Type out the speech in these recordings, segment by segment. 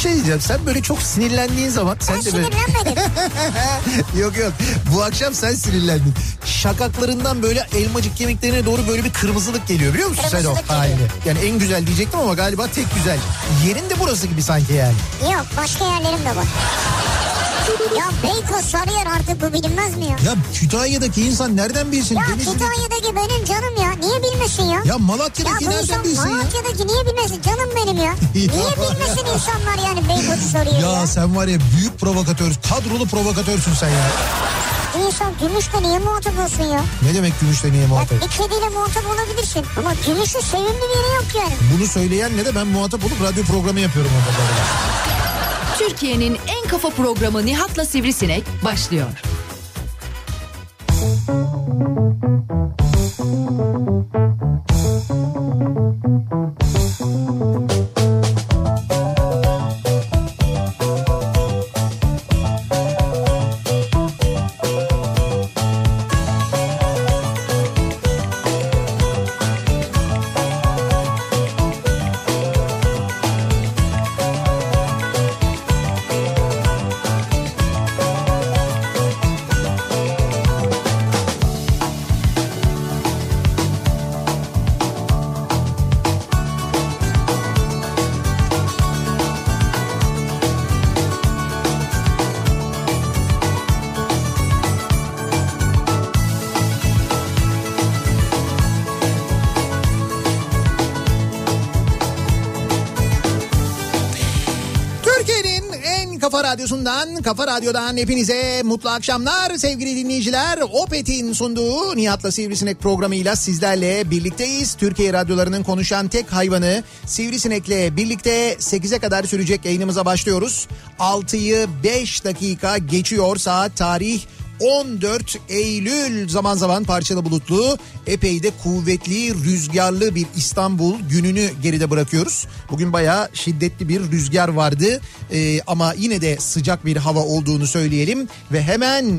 şey diyeceğim. Sen böyle çok sinirlendiğin zaman... Ben sen de böyle... sinirlenmedim. Yok. Bu akşam sen sinirlendin. Şakaklarından böyle elmacık kemiklerine doğru böyle bir kırmızılık geliyor, biliyor musun sen o halini? Yani en güzel diyecektim ama galiba tek güzel. Yerin de burası gibi sanki yani. Yok, başka yerlerim de var. Ya Beykoz, Sarıyer, artık bu bilinmez mi ya? Ya Kütahya'daki insan nereden bilsin? Ya Kütahya'daki benim canım ya. Niye bilmesin ya? Ya Malatya'daki nereden bilsin ya? Malatya'daki niye bilmesin? Canım benim ya. Niye bilmesin insanlar yani Beykoz'u soruyor ya? Ya sen var ya büyük provokatör, kadrolu provokatörsün sen ya. İnsan gümüşle niye muhatap olsun ya? Ne demek gümüşle niye muhatap? Ya bir kediyle muhatap olabilirsin. Ama gümüşün sevimli bir yeri yok yani. Bunu söyleyen ne de ben muhatap olup radyo programı yapıyorum orada. Türkiye'nin en kafa programı Nihat'la Sivrisinek başlıyor. Kafa Radyo'dan hepinize mutlu akşamlar sevgili dinleyiciler. Opet'in sunduğu Nihat'la Sivrisinek programıyla sizlerle birlikteyiz. Türkiye radyolarının konuşan tek hayvanı Sivrisinek'le birlikte 8'e kadar sürecek yayınımıza başlıyoruz. 6'yı 5 dakika geçiyor saat, tarih 14 Eylül, zaman zaman parçalı bulutlu, epey de kuvvetli rüzgarlı bir İstanbul gününü geride bırakıyoruz. Bugün bayağı şiddetli bir rüzgar vardı ama yine de sıcak bir hava olduğunu söyleyelim. Ve hemen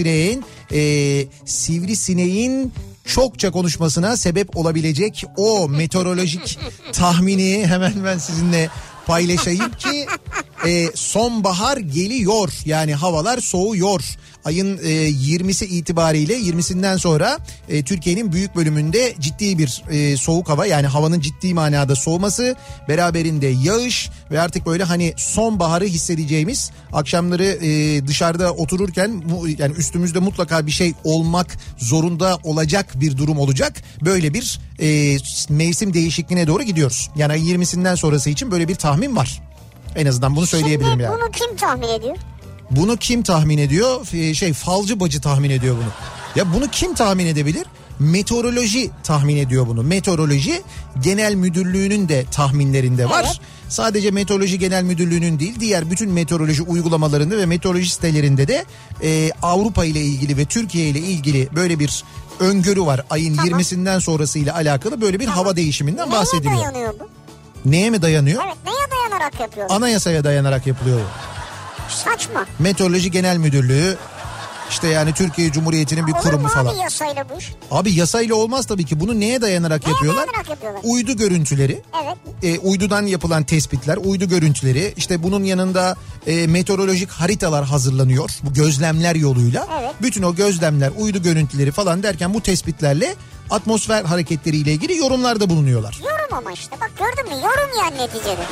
Sivrisineğin çokça konuşmasına sebep olabilecek o meteorolojik tahmini hemen ben sizinle paylaşayım ki sonbahar geliyor, yani havalar soğuyor. Ayın 20'si itibariyle, 20'sinden sonra Türkiye'nin büyük bölümünde ciddi bir soğuk hava, yani havanın ciddi manada soğuması, beraberinde yağış ve artık böyle hani sonbaharı hissedeceğimiz, akşamları dışarıda otururken yani üstümüzde mutlaka bir şey olmak zorunda olacak bir durum olacak. Böyle bir mevsim değişikliğine doğru gidiyoruz. Yani ayın 20'sinden sonrası için böyle bir tahmin var. En azından bunu söyleyebilirim. Şimdi yani. Bunu kim tahmin ediyor? Bunu kim tahmin ediyor? Falcı bacı tahmin ediyor bunu. Ya bunu kim tahmin edebilir? Meteoroloji tahmin ediyor bunu. Meteoroloji Genel Müdürlüğü'nün de tahminlerinde var. Evet. Sadece Meteoroloji Genel Müdürlüğü'nün değil, diğer bütün meteoroloji uygulamalarında ve meteoroloji sitelerinde de Avrupa ile ilgili ve Türkiye ile ilgili böyle bir öngörü var. Ayın 20'sinden sonrasıyla alakalı böyle bir hava değişiminden bahsediliyor. Neye dayanıyor bu? Neye mi dayanıyor? Evet, neye dayanarak yapıyorlar? Anayasaya dayanarak yapılıyor. Saçma. Meteoroloji Genel Müdürlüğü, işte yani Türkiye Cumhuriyeti'nin bir kurumu falan. Olur mu abi yasayla bu iş? Abi yasayla olmaz tabii ki. Bunu neye dayanarak yapıyorlar? Uydu görüntüleri. Evet. Uydudan yapılan tespitler, uydu görüntüleri. İşte bunun yanında meteorolojik haritalar hazırlanıyor. Bu gözlemler yoluyla. Evet. Bütün o gözlemler, uydu görüntüleri falan derken bu tespitlerle atmosfer hareketleriyle ilgili yorumlarda bulunuyorlar. Yorum ama işte bak, gördün mü? Yorum yani neticede.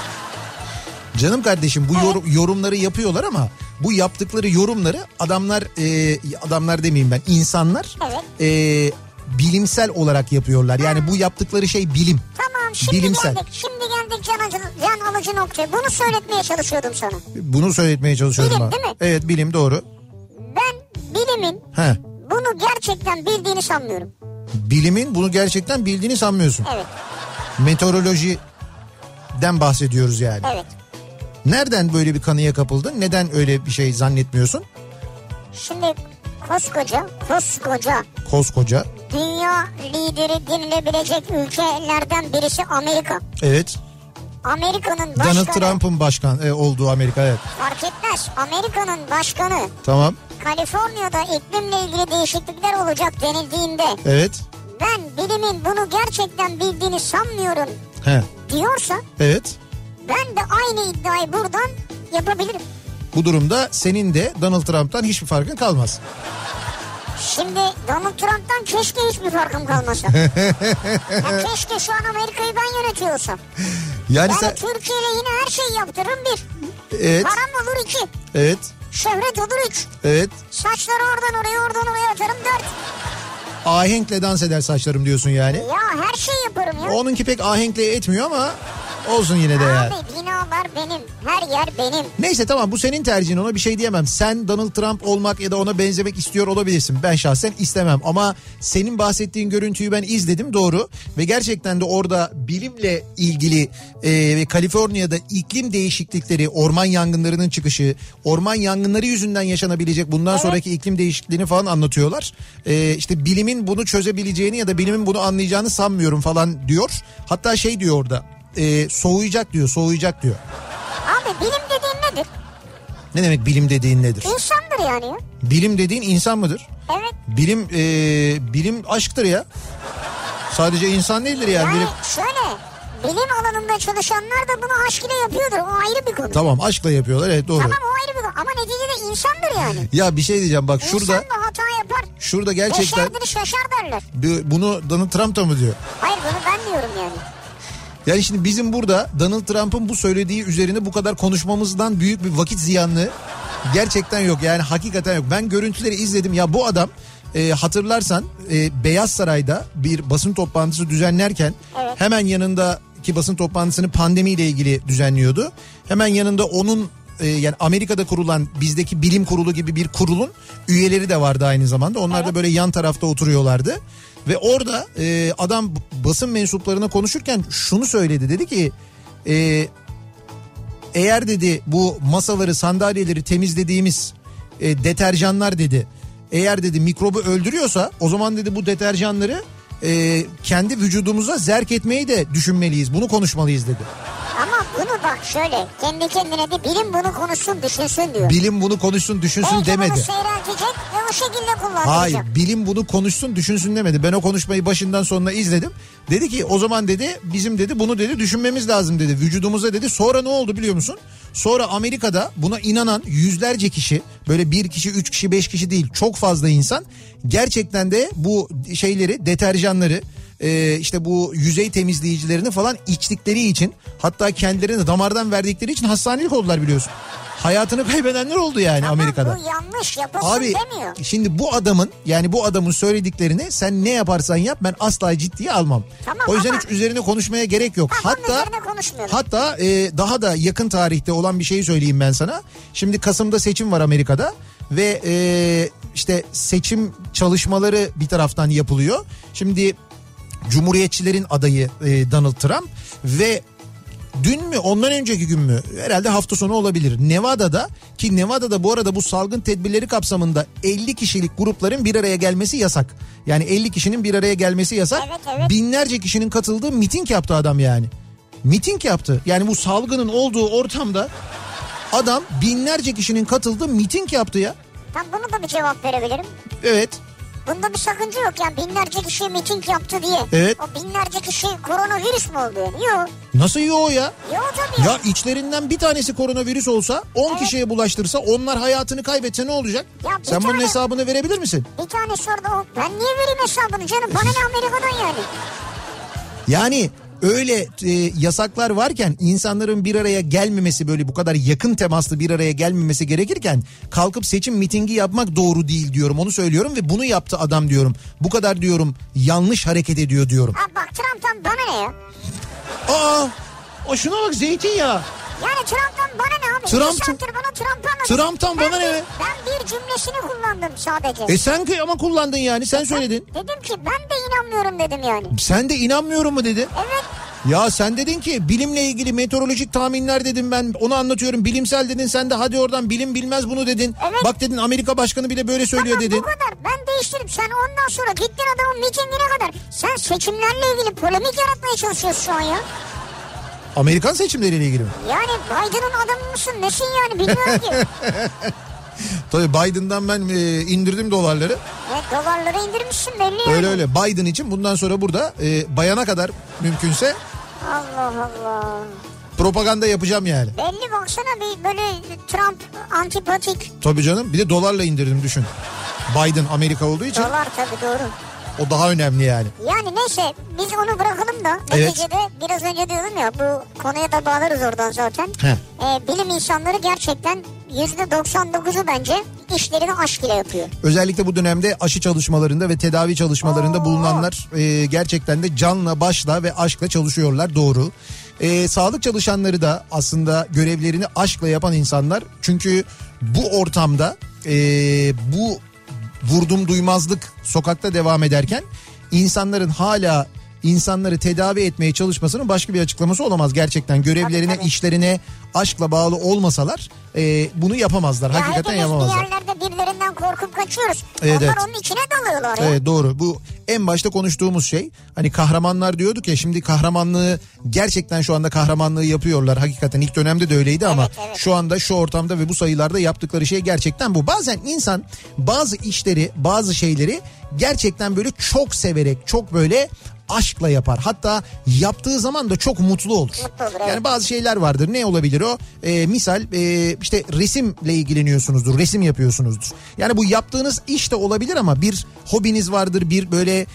Canım kardeşim, bu yorumları yapıyorlar ama bu yaptıkları yorumları adamlar demeyeyim ben, insanlar bilimsel olarak yapıyorlar. Yani bu yaptıkları şey bilim. Tamam, şimdi bilimsel. geldik can alıcı noktaya. Bunu söyletmeye çalışıyordum sana. Bunu söyletmeye çalışıyordum. Bilim değil mi? Evet, bilim, doğru. Ben bilimin bunu gerçekten bildiğini sanmıyorum. Bilimin bunu gerçekten bildiğini sanmıyorsun. Evet. Meteorolojiden bahsediyoruz yani. Evet. Nereden böyle bir kanıya kapıldın? Neden öyle bir şey zannetmiyorsun? Şimdi koskoca dünya lideri denilebilecek ülkelerden birisi Amerika. Evet. Amerika'nın başkanı. Donald Trump'ın başkan olduğu Amerika, evet. Fark etmez. Amerika'nın başkanı. Tamam. Kaliforniya'da iklimle ilgili değişiklikler olacak denildiğinde. Evet. Ben bilimin bunu gerçekten bildiğini sanmıyorum. He. Diyorsa. Evet. ben de aynı iddiayı buradan yapabilirim. Bu durumda senin de Donald Trump'tan hiçbir farkın kalmaz. Şimdi Donald Trump'tan keşke hiçbir farkım kalmasa. Ya keşke şu an Amerika'yı ben yönetiyor olsam. Yani Türkiye'yle yine her şeyi yaptırırım bir. Evet. Param olur 2. Evet. Şöhret olur 3. Evet. Saçları oradan oraya atarım 4. Ahenkle dans eder saçlarım diyorsun yani. Ya her şey yaparım ya. Onunki pek ahenkle etmiyor ama olsun yine de yani. Abi binalar benim, her yer benim. Neyse tamam, bu senin tercihin, ona bir şey diyemem. Sen Donald Trump olmak ya da ona benzemek istiyor olabilirsin. Ben şahsen istemem ama senin bahsettiğin görüntüyü ben izledim, doğru. Ve gerçekten de orada bilimle ilgili ve Kaliforniya'da iklim değişiklikleri, orman yangınlarının çıkışı, orman yangınları yüzünden yaşanabilecek bundan sonraki iklim değişikliğini falan anlatıyorlar. İşte bilimin bunu çözebileceğini ya da bilimin bunu anlayacağını sanmıyorum falan diyor. Hatta şey diyor orada. Soğuyacak diyor. Abi bilim dediğin nedir? Ne demek bilim dediğin nedir? İnsandır yani ya. Bilim dediğin insan mıdır? Evet. Bilim aşktır ya. Sadece insan değildir yani. Yani şöyle, bilim alanında çalışanlar da bunu aşk ile yapıyordur. O ayrı bir konu. Tamam, aşkla yapıyorlar, evet, doğru. Tamam, o ayrı bir konu ama neticede insandır yani. Ya bir şey diyeceğim bak, şurada. İnsan da hata yapar. Şurada gerçekten. Beşerdir şaşar derler. Bunu Donald Trump da mı diyor? Hayır, bunu ben diyorum yani. Yani şimdi bizim burada Donald Trump'ın bu söylediği üzerine bu kadar konuşmamızdan büyük bir vakit ziyanlığı gerçekten yok. Yani hakikaten yok. Ben görüntüleri izledim. Ya bu adam hatırlarsan Beyaz Saray'da bir basın toplantısı düzenlerken hemen yanındaki basın toplantısını pandemiyle ilgili düzenliyordu. Hemen yanında onun yani Amerika'da kurulan bizdeki bilim kurulu gibi bir kurulun üyeleri de vardı aynı zamanda. Onlar da böyle yan tarafta oturuyorlardı. Ve orada adam basın mensuplarına konuşurken şunu söyledi. Dedi ki eğer dedi bu masaları, sandalyeleri temizlediğimiz deterjanlar dedi, eğer dedi mikrobu öldürüyorsa o zaman dedi bu deterjanları kendi vücudumuza zerk etmeyi de düşünmeliyiz. Bunu konuşmalıyız dedi. Ama bunu bak şöyle, kendi kendine de bilim bunu konuşsun düşünsün diyor. Bilim bunu konuşsun düşünsün belki demedi. Belki bunu seyreltecek ve o şekilde kullanacak. Hayır, bilim bunu konuşsun düşünsün demedi. Ben o konuşmayı başından sonuna izledim. Dedi ki o zaman dedi bizim dedi bunu dedi düşünmemiz lazım dedi. Vücudumuza dedi. Sonra ne oldu biliyor musun? Sonra Amerika'da buna inanan yüzlerce kişi, böyle 1 kişi 3 kişi 5 kişi değil, çok fazla insan gerçekten de bu şeyleri, deterjanları, işte bu yüzey temizleyicilerini falan içtikleri için, hatta kendilerine damardan verdikleri için hastanelik oldular biliyorsun. Hayatını kaybedenler oldu yani Amerika'da. Ama bu yanlış, yapılsın abi, demiyor. Şimdi bu adamın söylediklerini sen ne yaparsan yap ben asla ciddiye almam. Tamam, o yüzden ama hiç üzerine konuşmaya gerek yok. Hatta daha da yakın tarihte olan bir şeyi söyleyeyim ben sana. Şimdi Kasım'da seçim var Amerika'da ve işte seçim çalışmaları bir taraftan yapılıyor. Şimdi Cumhuriyetçilerin adayı Donald Trump ve dün mü ondan önceki gün mü herhalde hafta sonu olabilir, Nevada'da bu arada bu salgın tedbirleri kapsamında 50 kişilik grupların bir araya gelmesi yasak. Yani 50 kişinin bir araya gelmesi yasak. Evet. Binlerce kişinin katıldığı miting yaptı adam yani. Miting yaptı. Yani bu salgının olduğu ortamda adam binlerce kişinin katıldığı miting yaptı ya. Tam bunu da bir cevap verebilirim. Evet. Bunda bir sakınca yok yani, binlerce kişi miting yaptı diye. Evet. O binlerce kişi koronavirüs mü oldu yani? Yok. Nasıl yok ya? Yok tabii. Ya içlerinden bir tanesi koronavirüs olsa 10 kişiye bulaştırsa, onlar hayatını kaybetse ne olacak? Sen bunun hesabını verebilir misin? Bir tane sordu, ben niye vereyim hesabını canım, bana ne Amerika'dan yani. Yani öyle yasaklar varken insanların bir araya gelmemesi, böyle bu kadar yakın temaslı bir araya gelmemesi gerekirken kalkıp seçim mitingi yapmak doğru değil diyorum, onu söylüyorum ve bunu yaptı adam diyorum. Bu kadar diyorum yanlış hareket ediyor diyorum. Ha bak, Trump'tan bana ne ya? Şuna bak, zeytinyağı. Yani Trump'tan bana ne abi? Trump'tan bana ne? Ben bir cümlesini kullandım sadece. Sen ama kullandın yani, sen söyledin. Dedim ki ben de inanmıyorum dedim yani. Sen de inanmıyorum mu dedin? Evet. Ya sen dedin ki bilimle ilgili meteorolojik tahminler dedim, ben onu anlatıyorum, bilimsel dedin, sen de hadi oradan bilim bilmez bunu dedin. Evet. Bak dedin Amerika başkanı bile böyle söylüyor dedin. Bu kadar, ben değiştirip sen ondan sonra gittin adamın mitingine kadar. Sen seçimlerle ilgili polemik yaratmaya çalışıyorsun şu an ya. Amerikan seçimleriyle ilgili mi? Yani Biden'ın adamı mısın nesin yani, bilmiyorum ki. Tabii Biden'dan ben indirdim dolarları. Evet, dolarları indirmişsin belli yani. Öyle Biden için bundan sonra burada bayana kadar mümkünse. Allah Allah. Propaganda yapacağım yani. Belli baksana bir böyle Trump antipatik. Tabii canım, bir de dolarla indirdim düşün. Biden Amerika olduğu için. Dolar tabii, doğru. O daha önemli yani. Yani neyse biz onu bırakalım da neticede biraz önce diyordum ya, bu konuya da bağlarız oradan zaten. Bilim insanları gerçekten %99'u bence işlerini aşk ile yapıyor. Özellikle bu dönemde aşı çalışmalarında ve tedavi çalışmalarında bulunanlar gerçekten de canla başla ve aşkla çalışıyorlar, doğru. Sağlık çalışanları da aslında görevlerini aşkla yapan insanlar. Çünkü bu ortamda bu vurdum duymazlık sokakta devam ederken insanların hala insanları tedavi etmeye çalışmasının başka bir açıklaması olamaz. Gerçekten görevlerine, tabii. işlerine aşkla bağlı olmasalar bunu yapamazlar. Ya hakikaten yapamazlar. Bir yerlerde birilerinden korkup kaçıyoruz. Onlar onun içine dalıyorlar ya. Evet, doğru. Bu en başta konuştuğumuz şey. Hani kahramanlar diyorduk ya, şimdi kahramanlığı gerçekten şu anda kahramanlığı yapıyorlar. Hakikaten ilk dönemde de öyleydi ama şu anda şu ortamda ve bu sayılarda yaptıkları şey gerçekten bu. Bazen insan bazı işleri, bazı şeyleri gerçekten böyle çok severek, çok böyle aşkla yapar. Hatta yaptığı zaman da çok mutlu olur. Yani bazı şeyler vardır. Ne olabilir o? Misal işte resimle ilgileniyorsunuzdur. Resim yapıyorsunuzdur. Yani bu yaptığınız iş de olabilir ama bir hobiniz vardır. Bir böyle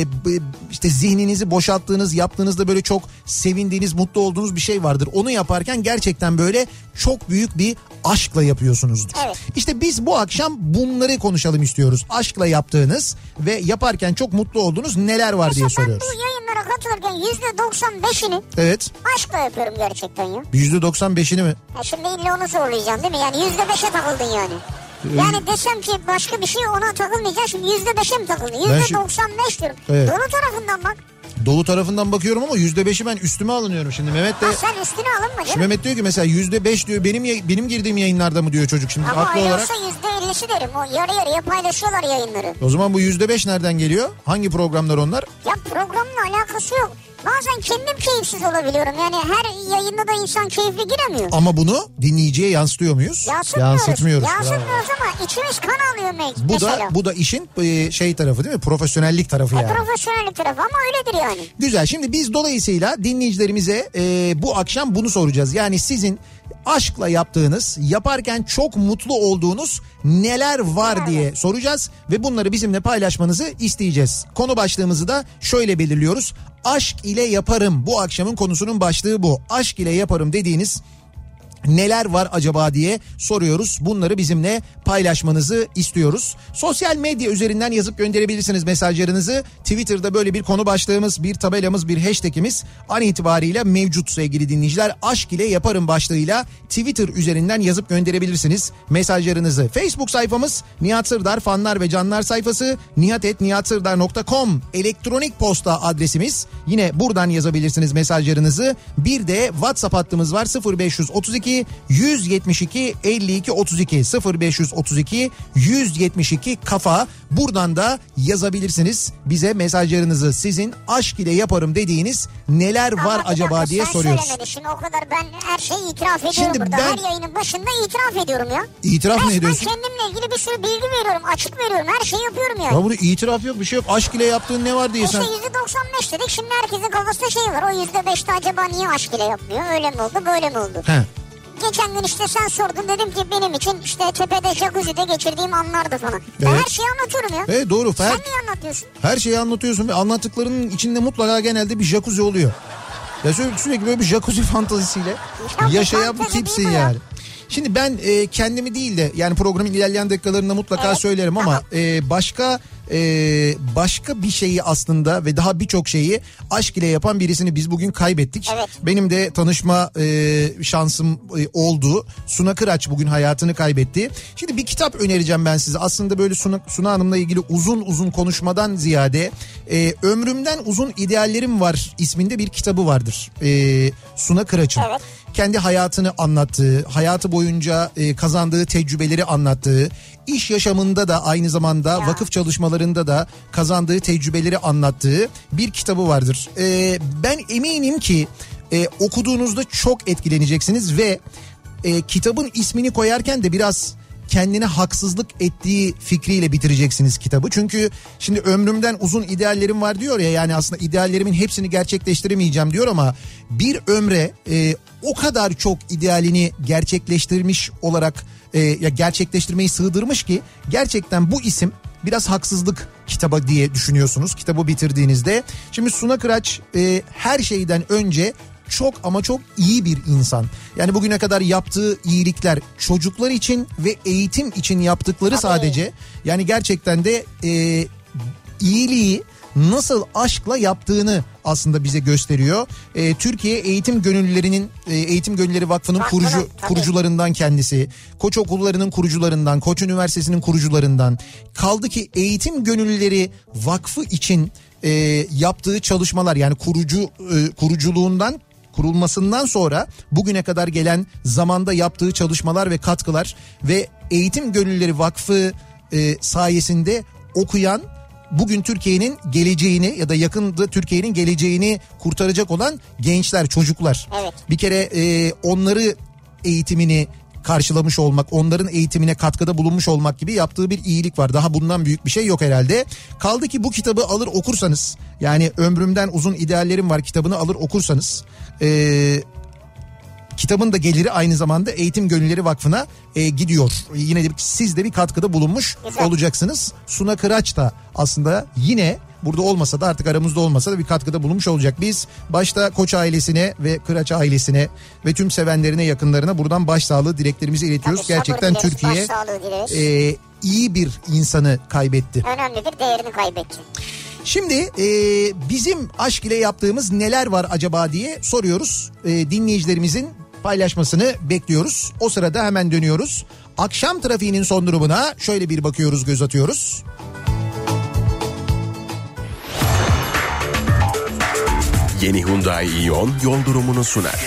işte zihninizi boşalttığınız, yaptığınızda böyle çok sevindiğiniz, mutlu olduğunuz bir şey vardır. Onu yaparken gerçekten böyle çok büyük bir aşkla yapıyorsunuzdur. Evet. İşte biz bu akşam bunları konuşalım istiyoruz. Aşkla yaptığınız ve yaparken çok mutlu olduğunuz neler var diye soruyoruz. Bu yayınlara katılırken %95'ini aşkla yapıyorum gerçekten ya. %95'ini mi? Şimdi illa onu sorulayacaksın değil mi? Yani %5'e takıldın yani. Yani desem ki başka bir şey, ona takılmayacaksın. Şimdi %5'e mi takıldın? %95 diyorum. Evet. Dolu tarafından bak. Dolu tarafından bakıyorum ama %5'i ben üstüme alınıyorum şimdi. Mehmet de. Sen üstüne alınma canım. Mehmet diyor ki mesela %5 diyor benim girdiğim yayınlarda mı diyor çocuk şimdi. Ama haklı öyle olarak. olsa %50'si derim. O yarı yarıya paylaşıyorlar yayınları. O zaman bu %5 nereden geliyor? Hangi programlar onlar? Ya programla alakası yok. Bazen kendim keyifsiz olabiliyorum. Yani her yayında da insan keyifli giremiyor. Ama bunu dinleyiciye yansıtıyor muyuz? Yansıtmıyoruz ama içimiz kan alıyor mesela. Bu da işin şey tarafı değil mi? Profesyonellik tarafı yani. Profesyonellik tarafı ama öyledir yani. Güzel. Şimdi biz dolayısıyla dinleyicilerimize bu akşam bunu soracağız. Yani sizin aşkla yaptığınız, yaparken çok mutlu olduğunuz neler var diye soracağız ve bunları bizimle paylaşmanızı isteyeceğiz. Konu başlığımızı da şöyle belirliyoruz. Aşk ile yaparım. Bu akşamın konusunun başlığı bu. Aşk ile yaparım dediğiniz neler var acaba diye soruyoruz. Bunları bizimle paylaşmanızı istiyoruz. Sosyal medya üzerinden yazıp gönderebilirsiniz mesajlarınızı. Twitter'da böyle bir konu başlığımız, bir tabelamız, bir hashtagimiz an itibariyle mevcut sevgili dinleyiciler. Aşk ile yaparım başlığıyla Twitter üzerinden yazıp gönderebilirsiniz mesajlarınızı. Facebook sayfamız Nihat Sırdar fanlar ve canlar sayfası, nihat@nihatsırdar.com elektronik posta adresimiz. Yine buradan yazabilirsiniz mesajlarınızı. Bir de WhatsApp hattımız var, 0532 172 52 32 0532 172 kafa. Buradan da yazabilirsiniz bize mesajlarınızı. Sizin aşk ile yaparım dediğiniz neler var acaba diye soruyoruz. Sen söylemedin şimdi, o kadar ben her şeyi itiraf ediyorum şimdi burada. Her yayının başında itiraf ediyorum ya. İtiraf mı ediyorsun? Ben kendimle ilgili bir sürü bilgi veriyorum, açık veriyorum, her şeyi yapıyorum yani. Ya burada itiraf yok, bir şey yok. Aşk ile yaptığın ne var diye sen. İşte %95 dedik, şimdi herkesin kafasında şey var. O %5'te acaba niye aşk ile yapmıyor? Öyle mi oldu, böyle mi oldu? He. Geçen gün işte sen sordun, dedim ki benim için işte tepede jacuzzi'de geçirdiğim anlardı falan. Ben her şeyi anlatıyorum ya. Evet doğru. Sen niye anlatıyorsun? Her şeyi anlatıyorsun ve anlattıklarının içinde mutlaka genelde bir jacuzzi oluyor. Ya sürekli böyle bir jacuzzi fantazisiyle yaşayan bir tipsin yani. Şimdi ben kendimi değil de yani programın ilerleyen dakikalarında mutlaka söylerim ama başka bir şeyi aslında ve daha birçok şeyi aşk ile yapan birisini biz bugün kaybettik. Evet. Benim de tanışma şansım oldu. Suna Kıraç bugün hayatını kaybetti. Şimdi bir kitap önereceğim ben size. Aslında böyle Suna Hanım'la ilgili uzun konuşmadan ziyade Ömrümden Uzun İdeallerim Var isminde bir kitabı vardır. Suna Kıraç'ın. Evet. Kendi hayatını anlattığı, hayatı boyunca kazandığı tecrübeleri anlattığı, iş yaşamında da aynı zamanda vakıf çalışmalarında da kazandığı tecrübeleri anlattığı bir kitabı vardır. Ben eminim ki okuduğunuzda çok etkileneceksiniz ve kitabın ismini koyarken de biraz kendine haksızlık ettiği fikriyle bitireceksiniz kitabı. Çünkü şimdi ömrümden uzun ideallerim var diyor ya, yani aslında ideallerimin hepsini gerçekleştiremeyeceğim diyor ama bir ömre o kadar çok idealini gerçekleştirmiş olarak ya gerçekleştirmeyi sığdırmış ki gerçekten bu isim biraz haksızlık kitabı diye düşünüyorsunuz kitabı bitirdiğinizde. Şimdi Suna Kıraç her şeyden önce çok ama çok iyi bir insan. Yani bugüne kadar yaptığı iyilikler çocuklar için ve eğitim için yaptıkları sadece. Yani gerçekten de iyiliği nasıl aşkla yaptığını aslında bize gösteriyor. Türkiye Eğitim Gönüllülerinin Eğitim Gönüllüleri Vakfı'nın kurucularından kendisi. Koç okullarının kurucularından, Koç Üniversitesi'nin kurucularından. Kaldı ki Eğitim Gönüllüleri Vakfı için yaptığı çalışmalar yani kuruculuğundan kurulmasından sonra bugüne kadar gelen zamanda yaptığı çalışmalar ve katkılar ve Eğitim Gönüllüleri Vakfı sayesinde okuyan bugün Türkiye'nin geleceğini ya da yakında Türkiye'nin geleceğini kurtaracak olan gençler, çocuklar. Evet. Bir kere onları eğitimini karşılamış olmak, onların eğitimine katkıda bulunmuş olmak gibi yaptığı bir iyilik var. Daha bundan büyük bir şey yok herhalde. Kaldı ki bu kitabı alır okursanız, yani Ömrümden Uzun İdeallerim Var kitabını alır okursanız, kitabın da geliri aynı zamanda Eğitim Gönüllüleri Vakfı'na gidiyor. Yine de siz de bir katkıda bulunmuş olacaksınız. Suna Kıraç da aslında yine burada olmasa da artık aramızda olmasa da bir katkıda bulunmuş olacak. Biz başta Koç ailesine ve Kıraç ailesine ve tüm sevenlerine, yakınlarına buradan başsağlığı dileklerimizi iletiyoruz. Gerçekten Türkiye iyi bir insanı kaybetti. Önemli bir değerini kaybetti. Şimdi bizim aşk ile yaptığımız neler var acaba diye soruyoruz. Dinleyicilerimizin paylaşmasını bekliyoruz. O sırada hemen dönüyoruz. Akşam trafiğinin son durumuna şöyle bir bakıyoruz, göz atıyoruz. Yeni Hyundai Ion yol durumunu sunar.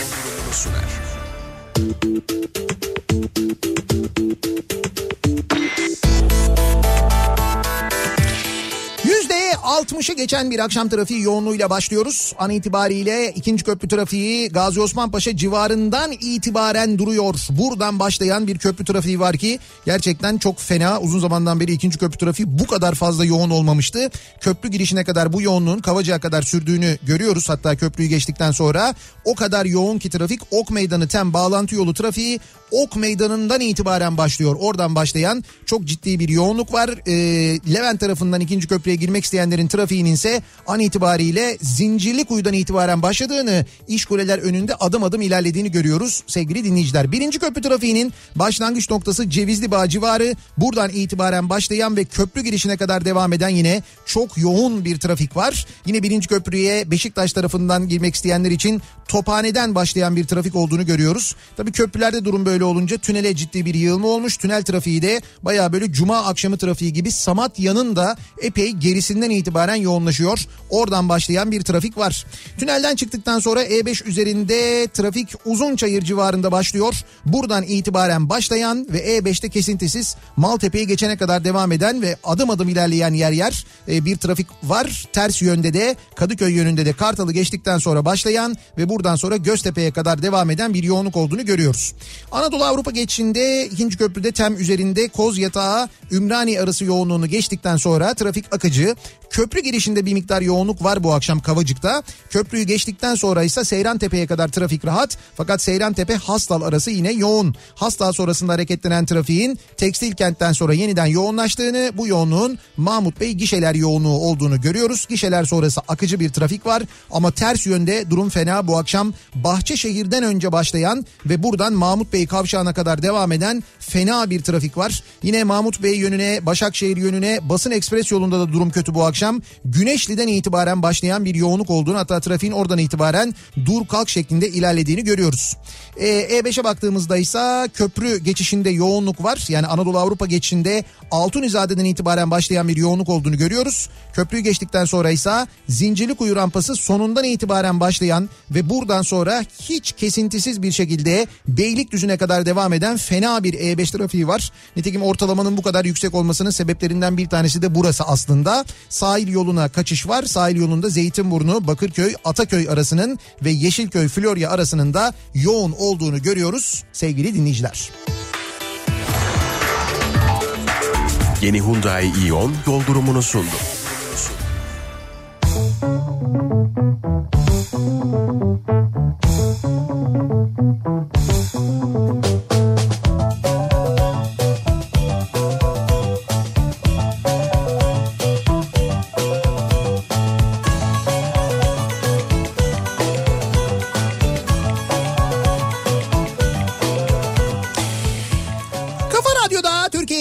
%60'ı geçen bir akşam trafiği yoğunluğuyla başlıyoruz. An itibariyle 2. köprü trafiği Gazi Osman Paşa civarından itibaren duruyor. Buradan başlayan bir köprü trafiği var ki gerçekten çok fena. Uzun zamandan beri 2. köprü trafiği bu kadar fazla yoğun olmamıştı. Köprü girişine kadar bu yoğunluğun Kavacık'a kadar sürdüğünü görüyoruz. Hatta köprüyü geçtikten sonra o kadar yoğun ki trafik. Ok Meydanı Tem bağlantı yolu trafiği Ok Meydanı'ndan itibaren başlıyor. Oradan başlayan çok ciddi bir yoğunluk var. Levent tarafından 2. köprüye girmek isteyenlerin trafiğinin ise an itibariyle Zincirlikuyu'dan itibaren başladığını, İşkuleler önünde adım adım ilerlediğini görüyoruz sevgili dinleyiciler. 1. köprü trafiğinin başlangıç noktası Cevizlibağ civarı, buradan itibaren başlayan ve köprü girişine kadar devam eden yine çok yoğun bir trafik var. Yine 1. köprüye Beşiktaş tarafından girmek isteyenler için Tophane'den başlayan bir trafik olduğunu görüyoruz. Tabii köprülerde durum böyle olunca tünele ciddi bir yığılma olmuş. Tünel trafiği de bayağı böyle cuma akşamı trafiği gibi Samatya'nın da epey gerisinden itibaren yoğunlaşıyor. Oradan başlayan bir trafik var. Tünelden çıktıktan sonra E5 üzerinde trafik Uzunçayır civarında başlıyor. Buradan itibaren başlayan ve E5'te kesintisiz Maltepe'yi geçene kadar devam eden ve adım adım ilerleyen yer bir trafik var. Ters yönde de Kadıköy yönünde de Kartal'ı geçtikten sonra başlayan ve buradan sonra Göztepe'ye kadar devam eden bir yoğunluk olduğunu görüyoruz. Anadolu Avrupa geçişinde 2. köprüde Tem üzerinde Kozyatağı Ümraniye arası yoğunluğunu geçtikten sonra trafik akıcı. Köprü girişinde bir miktar yoğunluk var bu akşam Kavacık'ta. Köprüyü geçtikten sonra ise Seyrantepe'ye kadar trafik rahat. Fakat Seyrantepe Hastal arası yine yoğun. Hastal sonrasında hareketlenen trafiğin Tekstil Kent'ten sonra yeniden yoğunlaştığını, bu yoğunluğun Mahmut Bey gişeler yoğunluğu olduğunu görüyoruz. Gişeler sonrası akıcı bir trafik var ama ters yönde durum fena. Bu akşam Bahçeşehir'den önce başlayan ve buradan Mahmut Bey kavşağına kadar devam eden fena bir trafik var. Yine Mahmut Bey yönüne, Başakşehir yönüne Basın Ekspres yolunda da durum kötü bu akşam. Güneşli'den itibaren başlayan bir yoğunluk olduğunu, hatta trafiğin oradan itibaren dur kalk şeklinde ilerlediğini görüyoruz. E5'e baktığımızda ise köprü geçişinde yoğunluk var. Yani Anadolu Avrupa geçişinde Altunizade'den itibaren başlayan bir yoğunluk olduğunu görüyoruz. Köprüyü geçtikten sonra ise Zincirlikuyu rampası sonundan itibaren başlayan ve buradan sonra hiç kesintisiz bir şekilde Beylikdüzü'ne kadar devam eden fena bir E5 trafiği var. Nitekim ortalamanın bu kadar yüksek olmasının sebeplerinden bir tanesi de burası aslında. Sahil yoluna kaçış var. Sahil yolunda Zeytinburnu, Bakırköy, Ataköy arasının ve Yeşilköy, Florya arasının da yoğun olduğunu görüyoruz sevgili dinleyiciler. Yeni Hyundai Ion yol durumunu sundu.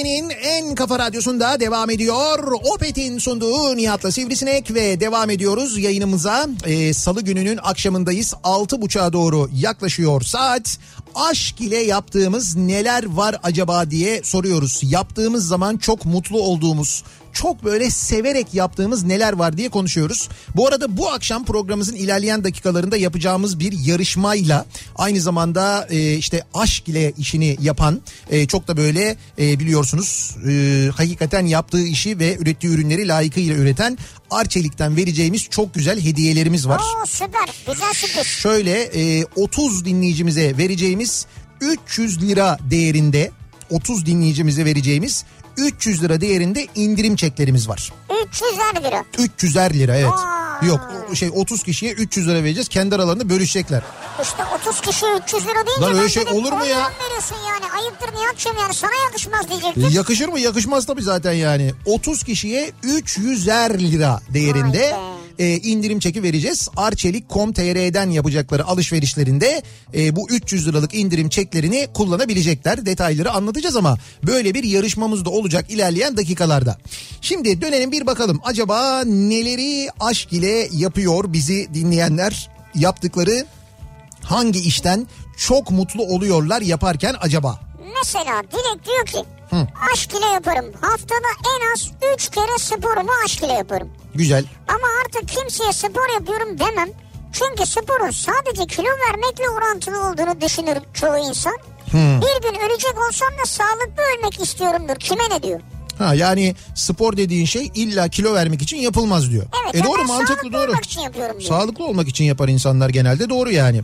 Türkiye'nin en kafa radyosunda devam ediyor. Opet'in sunduğu Nihat'la Sivrisinek ve devam ediyoruz yayınımıza. Salı gününün akşamındayız. 6.30'a doğru yaklaşıyor saat. Aşk ile yaptığımız neler var acaba diye soruyoruz. Yaptığımız zaman çok mutlu olduğumuz, çok böyle severek yaptığımız neler var diye konuşuyoruz. Bu arada bu akşam programımızın ilerleyen dakikalarında yapacağımız bir yarışmayla aynı zamanda işte aşk ile işini yapan çok da böyle biliyorsunuz hakikaten yaptığı işi ve ürettiği ürünleri layıkıyla üreten Arçelik'ten vereceğimiz çok güzel hediyelerimiz var. Oo, süper, güzel sürpriz. Şöyle 30 dinleyicimize vereceğimiz 300 lira değerinde 30 dinleyicimize vereceğimiz 300 lira değerinde indirim çeklerimiz var. 300'er lira. 300'er lira evet. Aa. Yok 30 kişiye 300 lira vereceğiz. Kendi aralarında bölüşecekler. İşte 30 kişiye 300 lira deyince lan öyle şey olur mu ya? Veriyorsun yani. Ayıptır Nihat'cığım yani sana yakışmaz diyecektin. Yakışır mı? Yakışmaz tabii zaten yani. 30 kişiye 300'er lira değerinde indirim çeki vereceğiz. Arçelik.com.tr'den yapacakları alışverişlerinde bu 300 liralık indirim çeklerini kullanabilecekler. Detayları anlatacağız ama böyle bir yarışmamız da olacak ilerleyen dakikalarda. Şimdi dönelim bir bakalım. Acaba neleri aşk ile yapıyor bizi dinleyenler? Yaptıkları hangi işten çok mutlu oluyorlar yaparken acaba? Mesela Dilek diyor ki aşk ile yaparım. Haftada en az 3 kere sporumu aşk ile yaparım. Güzel. Ama artık kimseye spor yapıyorum demem. Çünkü sporun sadece kilo vermekle orantılı olduğunu düşünür çoğu insan. Bir gün ölecek olsam da sağlıklı ölmek istiyorumdur. Kime ne diyor? Ha yani spor dediğin şey illa kilo vermek için yapılmaz diyor. Evet. Doğru, mantıklı, doğru. Olmak için yapıyorum diyor. Sağlıklı olmak için yapar insanlar genelde, doğru yani.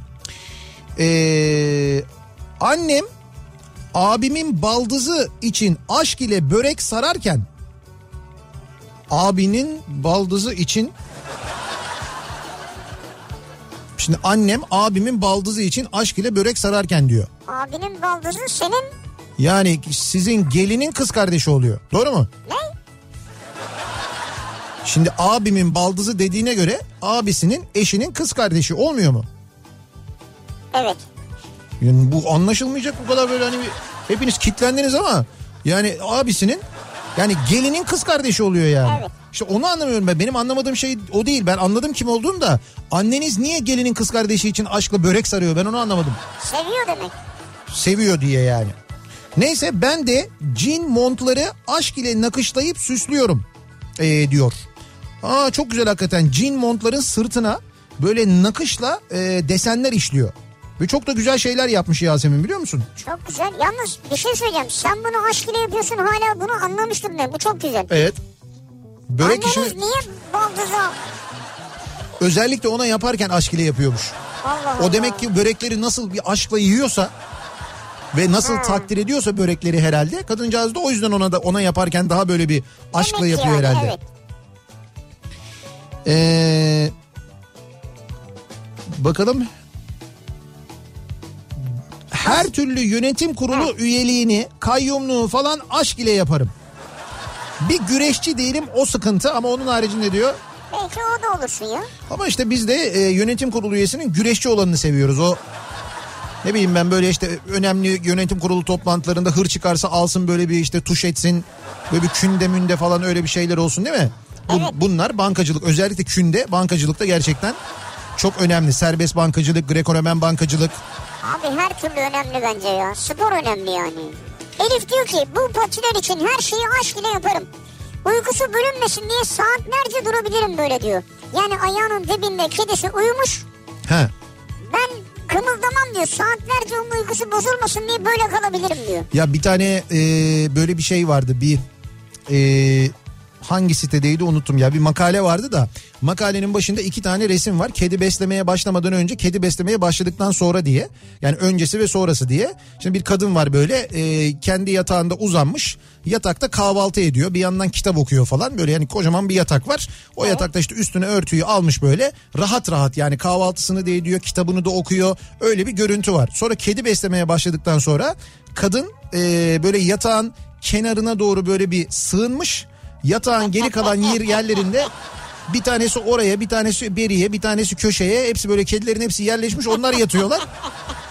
Annem abimin baldızı için aşk ile börek sararken abinin baldızı için şimdi annem abimin baldızı için aşk ile börek sararken diyor. Abinin baldızı senin... Yani sizin gelinin kız kardeşi oluyor. Doğru mu? Ne? Şimdi abimin baldızı dediğine göre abisinin eşinin kız kardeşi olmuyor mu? Evet. Yani bu anlaşılmayacak bu kadar böyle hani hepiniz kitlendiniz ama yani abisinin yani gelinin kız kardeşi oluyor yani. Evet. İşte onu anlamıyorum ben. Benim anlamadığım şey o değil. Ben anladım kim olduğunu da anneniz niye gelinin kız kardeşi için aşkla börek sarıyor, ben onu anlamadım. Seviyor demek. Seviyor diye yani. Neyse ben de jean montları aşk ile nakışlayıp süslüyorum diyor. Aa çok güzel hakikaten, jean montların sırtına böyle nakışla desenler işliyor. Ve çok da güzel şeyler yapmış Yasemin, biliyor musun? Çok güzel. Yalnız bir şey söyleyeceğim. Sen bunu aşk ile yapıyorsun, hala bunu anlamıştım ben. Bu çok güzel. Evet. Börek anneniz işini niye baldıza? özellikle ona yaparken aşk ile yapıyormuş. Allah O demek ki börekleri nasıl bir aşkla yiyorsa ve nasıl takdir ediyorsa börekleri herhalde. Kadıncağız da o yüzden ona yaparken daha böyle bir aşkla demek yapıyor yani, herhalde. Evet. Bakalım. Her türlü yönetim kurulu üyeliğini, kayyumluğu falan aşk ile yaparım. Bir güreşçi değilim, o sıkıntı, ama onun haricinde diyor. Belki o da olursun ya. Ama işte biz de yönetim kurulu üyesinin güreşçi olanını seviyoruz. O ne bileyim ben, böyle işte önemli yönetim kurulu toplantılarında hır çıkarsa alsın, böyle bir işte tuş etsin. Böyle bir künde münde falan, öyle bir şeyler olsun değil mi? Evet. Bunlar bankacılık, özellikle künde bankacılıkta gerçekten çok önemli. Serbest bankacılık, Greco-Romen bankacılık. Abi her türlü önemli bence ya. Spor önemli yani. Elif diyor ki bu patiler için her şeyi aşk ile yaparım. Uykusu bölünmesin diye saatlerce durabilirim böyle diyor. Yani ayağının dibinde kedisi uyumuş. He. Ben kımıldamam diyor. Saatlerce onun uykusu bozulmasın diye böyle kalabilirim diyor. Ya bir tane böyle bir şey vardı. Bir hangi sitedeydi unuttum ya. Bir makale vardı da makalenin başında 2 tane resim var. Kedi beslemeye başlamadan önce, kedi beslemeye başladıktan sonra diye. Yani öncesi ve sonrası diye. Şimdi bir kadın var böyle kendi yatağında uzanmış. Yatakta kahvaltı ediyor. Bir yandan kitap okuyor falan. Böyle yani kocaman bir yatak var. O yatakta işte üstüne örtüyü almış böyle. Rahat rahat yani kahvaltısını da ediyor, kitabını da okuyor. Öyle bir görüntü var. Sonra kedi beslemeye başladıktan sonra kadın böyle yatağın kenarına doğru böyle bir sığınmış. Yatağın geri kalan yerlerinde bir tanesi oraya, bir tanesi beriye, bir tanesi köşeye, hepsi böyle, kedilerin hepsi yerleşmiş, onlar yatıyorlar.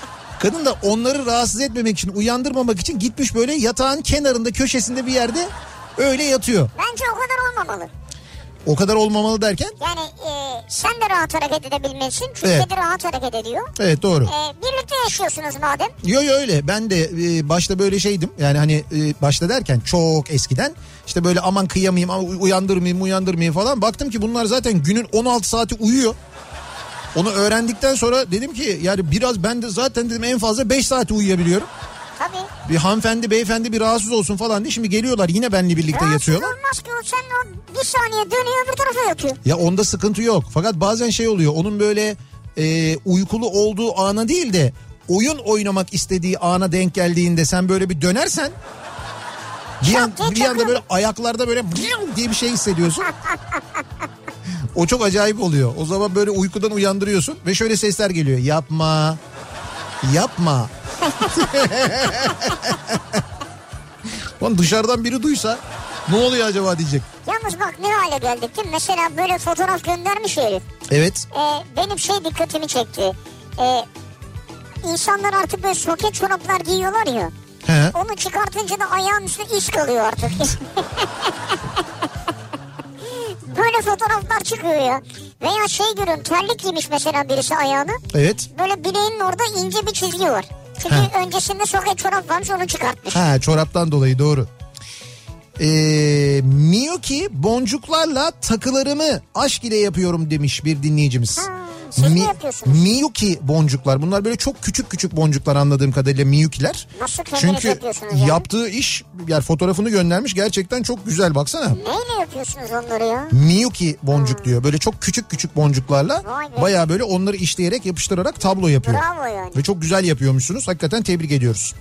Kadın da onları rahatsız etmemek için, uyandırmamak için gitmiş böyle yatağın kenarında, köşesinde bir yerde öyle yatıyor. Bence o kadar olmamalı. O kadar olmamalı derken? Yani sen de rahat hareket edebilmelisin. Çünkü evet. kedi rahat hareket ediyor. Evet, doğru. Birlikte yaşıyorsunuz madem. Yo öyle. Ben de başta böyle şeydim. Yani hani başta derken çok eskiden. İşte böyle aman kıyamayayım, uyandırmayayım falan. Baktım ki bunlar zaten günün 16 saati uyuyor. Onu öğrendikten sonra dedim ki yani biraz ben de zaten dedim en fazla 5 saati uyuyabiliyorum. Tabii. Bir hanımefendi beyefendi bir rahatsız olsun falan diye şimdi geliyorlar yine benimle birlikte yatıyorlar. Rahatsız olmaz ki o, sen o bir saniye dönüyor öbür tarafa yatıyor. Ya onda sıkıntı yok. Fakat bazen şey oluyor, onun böyle uykulu olduğu ana değil de oyun oynamak istediği ana denk geldiğinde sen böyle bir dönersen bir anda böyle ayaklarda böyle diye bir şey hissediyorsun. O çok acayip oluyor. O zaman böyle uykudan uyandırıyorsun ve şöyle sesler geliyor. Yapma. Lan dışarıdan biri duysa ne oluyor acaba diyecek. Yalnız bak ne hale geldik değil mi? Mesela böyle fotoğraf göndermiş herif. Evet. Benim dikkatimi çekti. İnsanlar artık böyle soket çoraplar giyiyorlar ya. He. Onu çıkartınca da ayağın üstüne iz kalıyor artık. Böyle fotoğraflar çıkıyor ya. Veya görüyorum, terlik giymiş mesela birisi ayağını. Evet. Böyle bileğinin orada ince bir çizgi var. Çünkü öncesinde soket çorap varmış, onu çıkartmış. Çoraptan dolayı doğru. Miyuki boncuklarla takılarımı aşk ile yapıyorum demiş bir dinleyicimiz. Siz mi yapıyorsunuz? Miyuki boncuklar. Bunlar böyle çok küçük boncuklar anladığım kadarıyla Miyukiler. Nasıl kendiniz yapıyorsunuz yani? Yaptığı iş, yani fotoğrafını göndermiş, gerçekten çok güzel, baksana. Neyle yapıyorsunuz onları ya? Miyuki boncuk diyor. Böyle çok küçük boncuklarla bayağı böyle onları işleyerek yapıştırarak tablo yapıyor. Bravo yani. Ve çok güzel yapıyormuşsunuz. Hakikaten tebrik ediyoruz.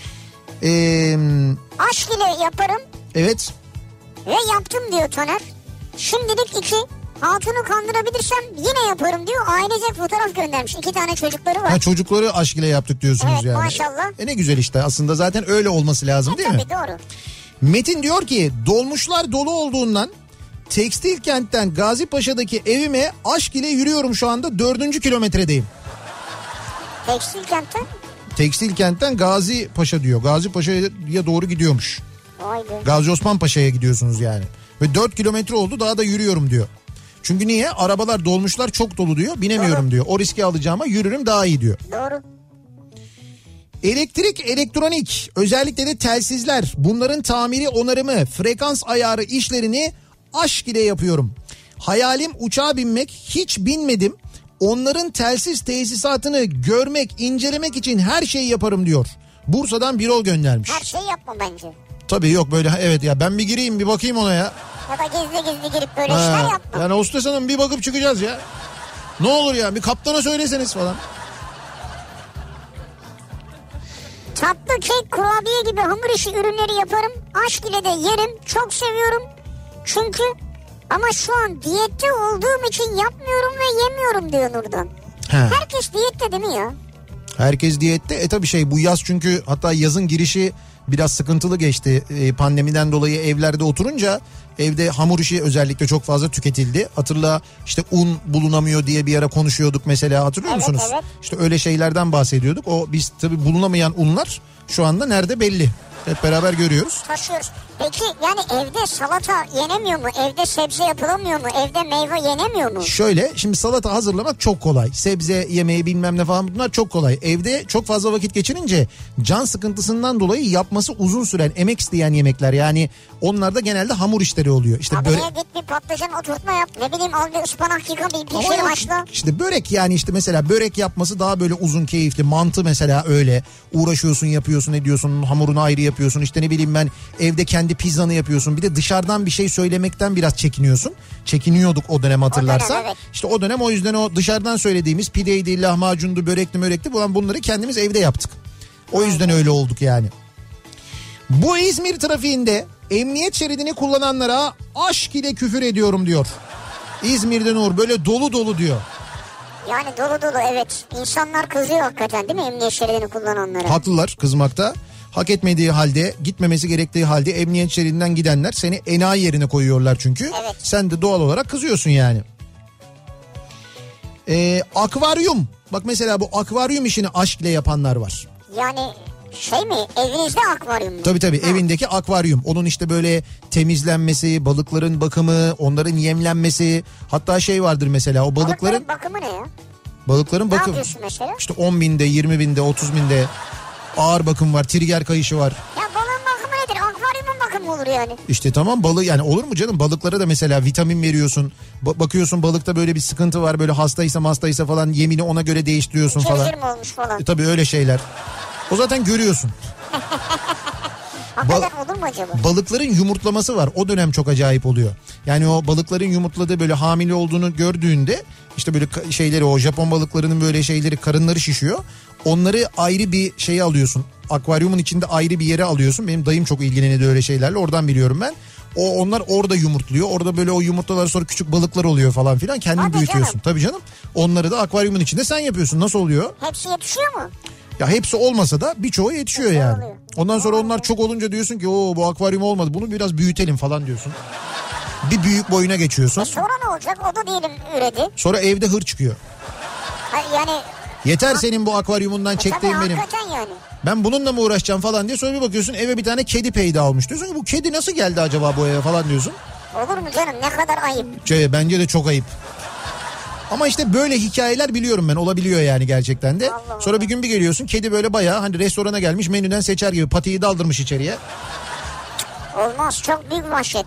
Aşk ile yaparım. Evet. Ve yaptım diyor Taner. Şimdilik 2. Hatunu kandırabilirsem yine yaparım diyor. Ailecek fotoğraf göndermiş. 2 tane çocukları var. Çocukları aşk ile yaptık diyorsunuz evet, yani. Evet, maşallah. Ne güzel işte, aslında zaten öyle olması lazım değil mi? Tabii, doğru. Metin diyor ki dolmuşlar dolu olduğundan Tekstil Kent'ten Gazipaşa'daki evime aşk ile yürüyorum şu anda, 4. kilometredeyim. Tekstil Kent'ten? Tekstil Kent'ten Gazipaşa diyor. Gazipaşa'ya doğru gidiyormuş. Vay be. Gazi Osman Paşa'ya gidiyorsunuz yani. Ve 4 kilometre oldu, daha da yürüyorum diyor. Çünkü niye? Arabalar, dolmuşlar çok dolu diyor. Binemiyorum diyor. O riski alacağıma yürürüm daha iyi diyor. Doğru. Elektrik, elektronik, özellikle de telsizler, bunların tamiri, onarımı, frekans ayarı işlerini aşk ile yapıyorum. Hayalim uçağa binmek, hiç binmedim. Onların telsiz tesisatını görmek, incelemek için her şeyi yaparım diyor. Bursa'dan Birol göndermiş. Her şeyi yapma bence. Tabii yok böyle, evet ya ben bir gireyim bir bakayım ona ya. Ya da gizli girip böyle işler yapma. Yani hostes hanım bir bakıp çıkacağız ya. Ne olur ya, bir kaptana söyleseniz falan. Tatlı, kek, kurabiye gibi hamur işi ürünleri yaparım. Aşk ile de yerim. Çok seviyorum. Çünkü ama şu an diyette olduğum için yapmıyorum ve yemiyorum diyor Nurdan. Herkes diyette değil mi ya? Herkes diyette. Tabii bu yaz, çünkü hatta yazın girişi biraz sıkıntılı geçti. Pandemiden dolayı evlerde oturunca evde hamur işi özellikle çok fazla tüketildi. Hatırla, işte un bulunamıyor diye bir ara konuşuyorduk mesela, hatırlıyor musunuz? Evet. İşte öyle şeylerden bahsediyorduk. O biz tabii bulunamayan unlar şu anda nerede belli. Hep beraber görüyoruz. Taşıyoruz. Peki yani evde salata yenemiyor mu? Evde sebze yapılamıyor mu? Evde meyve yenemiyor mu? Şöyle, şimdi salata hazırlamak çok kolay. Sebze yemeği bilmem ne falan, bunlar çok kolay. Evde çok fazla vakit geçirince can sıkıntısından dolayı yapması uzun süren, emek isteyen yemekler. Yani onlarda genelde hamur işleri oluyor. İşte abi git bir patlıcan oturtma yap. Ne bileyim, al bir ıspanak yıka, bir şey haşla. İşte börek, yani işte mesela börek yapması daha böyle uzun, keyifli. Mantı mesela öyle. Uğraşıyorsun, yapıyorsun, ediyorsun, hamurunu ayrı yapıyorsun. İşte ne bileyim ben, evde kendi pizzanı yapıyorsun. Bir de dışarıdan bir şey söylemekten biraz çekiniyorsun. Çekiniyorduk o dönem, hatırlarsan. O dönem, evet. İşte o dönem, o yüzden o dışarıdan söylediğimiz pideydi, lahmacundu, börekli mörekli bunları kendimiz evde yaptık. O yüzden öyle olduk yani. Bu İzmir trafiğinde emniyet şeridini kullananlara aşk ile küfür ediyorum diyor. İzmir'de Nur böyle dolu diyor. Yani dolu evet. İnsanlar kızıyor hakikaten değil mi emniyet şeridini kullananlara? Haklılar kızmakta. Hak etmediği halde, gitmemesi gerektiği halde emniyet şeridinden gidenler seni enayi yerine koyuyorlar çünkü. Evet. Sen de doğal olarak kızıyorsun yani. Akvaryum, Bak mesela bu akvaryum işini aşk ile yapanlar var. Yani şey mi, evinizde akvaryum mu? Tabii evindeki akvaryum. Onun işte böyle temizlenmesi, balıkların bakımı, onların yemlenmesi. Hatta şey vardır mesela o balıkların bakımı ne ya? Balıkların bakımı. Ne yapıyorsun mesela? İşte 10.000'de, 20.000'de, 30.000'de ağır bakım var, trigger kayışı var. Ya balığın bakımı nedir? Akvaryumun bakımı olur yani. İşte tamam, balığı yani olur mu canım? Balıklara da mesela vitamin veriyorsun. Bakıyorsun balıkta böyle bir sıkıntı var, böyle hastaysa falan yemini ona göre değiştiriyorsun falan. Kevgir mi olmuş falan? Tabii öyle şeyler. O zaten görüyorsun. Hakikaten olur mu acaba? Balıkların yumurtlaması var. O dönem çok acayip oluyor. Yani o balıkların yumurtladığı, böyle hamile olduğunu gördüğünde işte böyle şeyleri, o Japon balıklarının böyle şeyleri, karınları şişiyor. Onları ayrı bir şeye alıyorsun. Akvaryumun içinde ayrı bir yere alıyorsun. Benim dayım çok ilgileniyordu öyle şeylerle. Oradan biliyorum ben. Onlar orada yumurtluyor. Orada böyle o yumurtalar sonra küçük balıklar oluyor falan filan. Kendin Hadi büyütüyorsun. canım. Tabii canım. Onları da akvaryumun içinde sen yapıyorsun. Nasıl oluyor? Hepsi yetişiyor mu? Ya hepsi olmasa da birçoğu yetişiyor yani. Oluyor. Ondan sonra onlar çok olunca diyorsun ki bu akvaryum olmadı, bunu biraz büyütelim falan diyorsun. Bir büyük boyuna geçiyorsun. Sonra ne olacak? O da diyelim üredi. Sonra evde hır çıkıyor. Yani yeter senin bu akvaryumundan çektiğin tabii, benim. hakikaten yani. Ben bununla mı uğraşacağım falan diye, sonra bir bakıyorsun eve bir tane kedi peyda almış. Diyorsun ki bu kedi nasıl geldi acaba bu eve falan diyorsun. Olur mu canım, ne kadar ayıp. Bence de çok ayıp. Ama işte böyle hikayeler biliyorum ben, olabiliyor yani gerçekten de. Allah Sonra bir gün bir geliyorsun, kedi böyle bayağı hani restorana gelmiş, menüden seçer gibi patiyi daldırmış içeriye. Olmaz, çok büyük vahşet.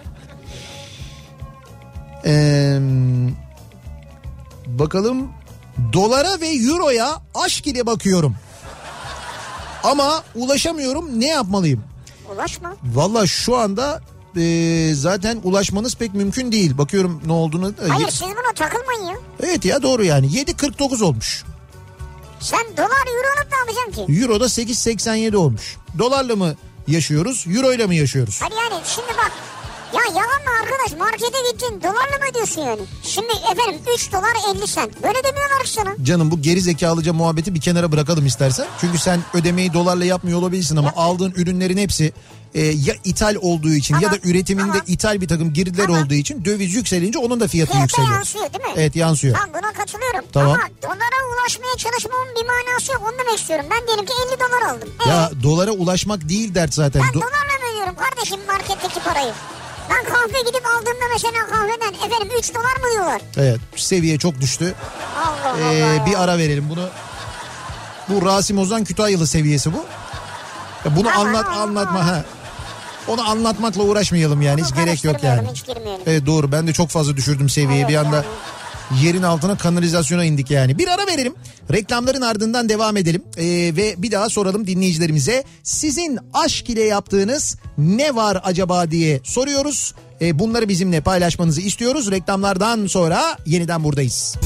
Bakalım, dolara ve euroya aşk ile bakıyorum. Ama ulaşamıyorum, ne yapmalıyım? Ulaşma. Valla şu anda zaten ulaşmanız pek mümkün değil. Bakıyorum ne olduğunu. Hayır, siz buna takılmayın ya. Evet ya, doğru yani 7.49 olmuş. Sen dolar euro alıp ne yapacaksın ki? Euro da 8.87 olmuş. Dolarla mı yaşıyoruz, euroyla mı yaşıyoruz? Hadi yani şimdi bak. Ya yalan mı arkadaş, markete gittin dolarla mı ödüyorsun yani? Şimdi efendim 3 dolar 50 sent. Böyle demiyorlar ki sana. Canım bu geri zekalıca muhabbeti bir kenara bırakalım istersen. Çünkü sen ödemeyi dolarla yapmıyor olabilirsin ama aldığın ürünlerin hepsi ya ithal olduğu için ya da üretiminde ithal bir takım girdiler olduğu için döviz yükselince onun da fiyatı yükseliyor. Yansıyor değil mi? Evet, yansıyor. Ben buna katılıyorum. Tamam. Ama dolara ulaşmaya çalışmamın bir manası yok, onu demek istiyorum. Ben diyelim ki 50 dolar aldım. Ya dolara ulaşmak değil dert zaten. Ben dolarla mı ödüyorum kardeşim marketteki parayı? Ben kahve gidip aldığımda mesela kahveden efendim 3 dolar mı diyorlar? Evet, seviye çok düştü. Allah Allah. Bir ara verelim bunu. Bu Rasim Ozan Kütahyalı seviyesi bu. Ya bunu anlatma ha. Onu anlatmakla uğraşmayalım yani, hiç gerek yok yani. Hiç girmeyelim. Evet doğru, ben de çok fazla düşürdüm seviyeyi, Evet, bir anda yani. yerin altına, kanalizasyona indik yani. Bir ara verelim, reklamların ardından devam edelim ve bir daha soralım dinleyicilerimize, sizin aşk ile yaptığınız ne var acaba diye soruyoruz. Bunları bizimle paylaşmanızı istiyoruz. Reklamlardan sonra yeniden buradayız.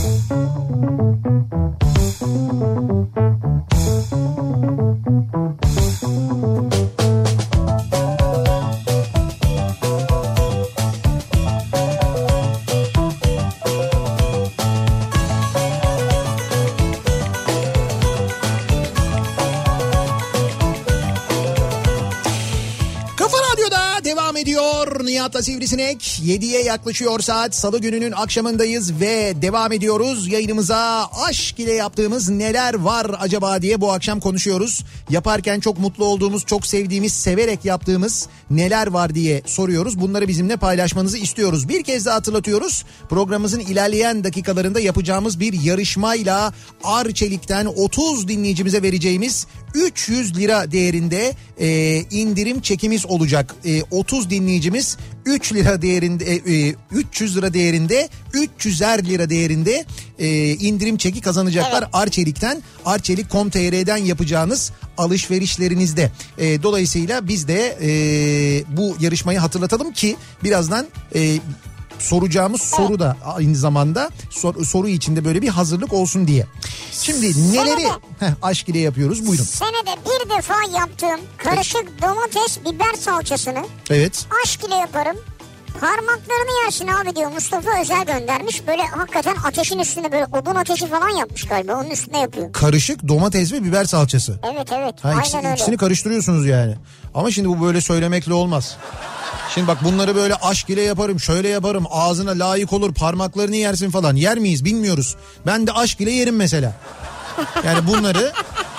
Nihat'la Sivrisinek, 7'ye yaklaşıyor saat, salı gününün akşamındayız ve devam ediyoruz yayınımıza. Aşk ile yaptığımız neler var acaba diye bu akşam konuşuyoruz. Yaparken çok mutlu olduğumuz, çok sevdiğimiz, severek yaptığımız neler var diye soruyoruz. Bunları bizimle paylaşmanızı istiyoruz. Bir kez daha hatırlatıyoruz. Programımızın ilerleyen dakikalarında yapacağımız bir yarışmayla Arçelik'ten 30 dinleyicimize vereceğimiz 300 lira değerinde indirim çekimiz olacak. 30 dinleyicimiz 3 lira değerinde 300 lira değerinde 300'er lira değerinde indirim çeki kazanacaklar. Evet. Arçelik'ten, arçelik.com.tr'den yapacağınız alışverişlerinizde. Dolayısıyla biz de bu yarışmayı hatırlatalım ki birazdan soracağımız soru da aynı zamanda soru içinde böyle bir hazırlık olsun diye. Şimdi neleri aşk ile yapıyoruz, buyurun. Senede bir defa yaptığım karışık domates biber salçasını aşk ile yaparım. Parmaklarını yersin abi diyor, Mustafa Özel göndermiş. Böyle hakikaten ateşin üstünde, böyle odun ateşi falan yapmış galiba, onun üstünde yapıyor. Karışık domates ve biber salçası. Evet aynen öyle. İkisini karıştırıyorsunuz yani. Ama şimdi bu böyle söylemekle olmaz. Şimdi bak bunları böyle aşk ile yaparım, şöyle yaparım, ağzına layık olur, parmaklarını yersin falan. Yer miyiz bilmiyoruz. Ben de aşk ile yerim mesela. Yani bunları...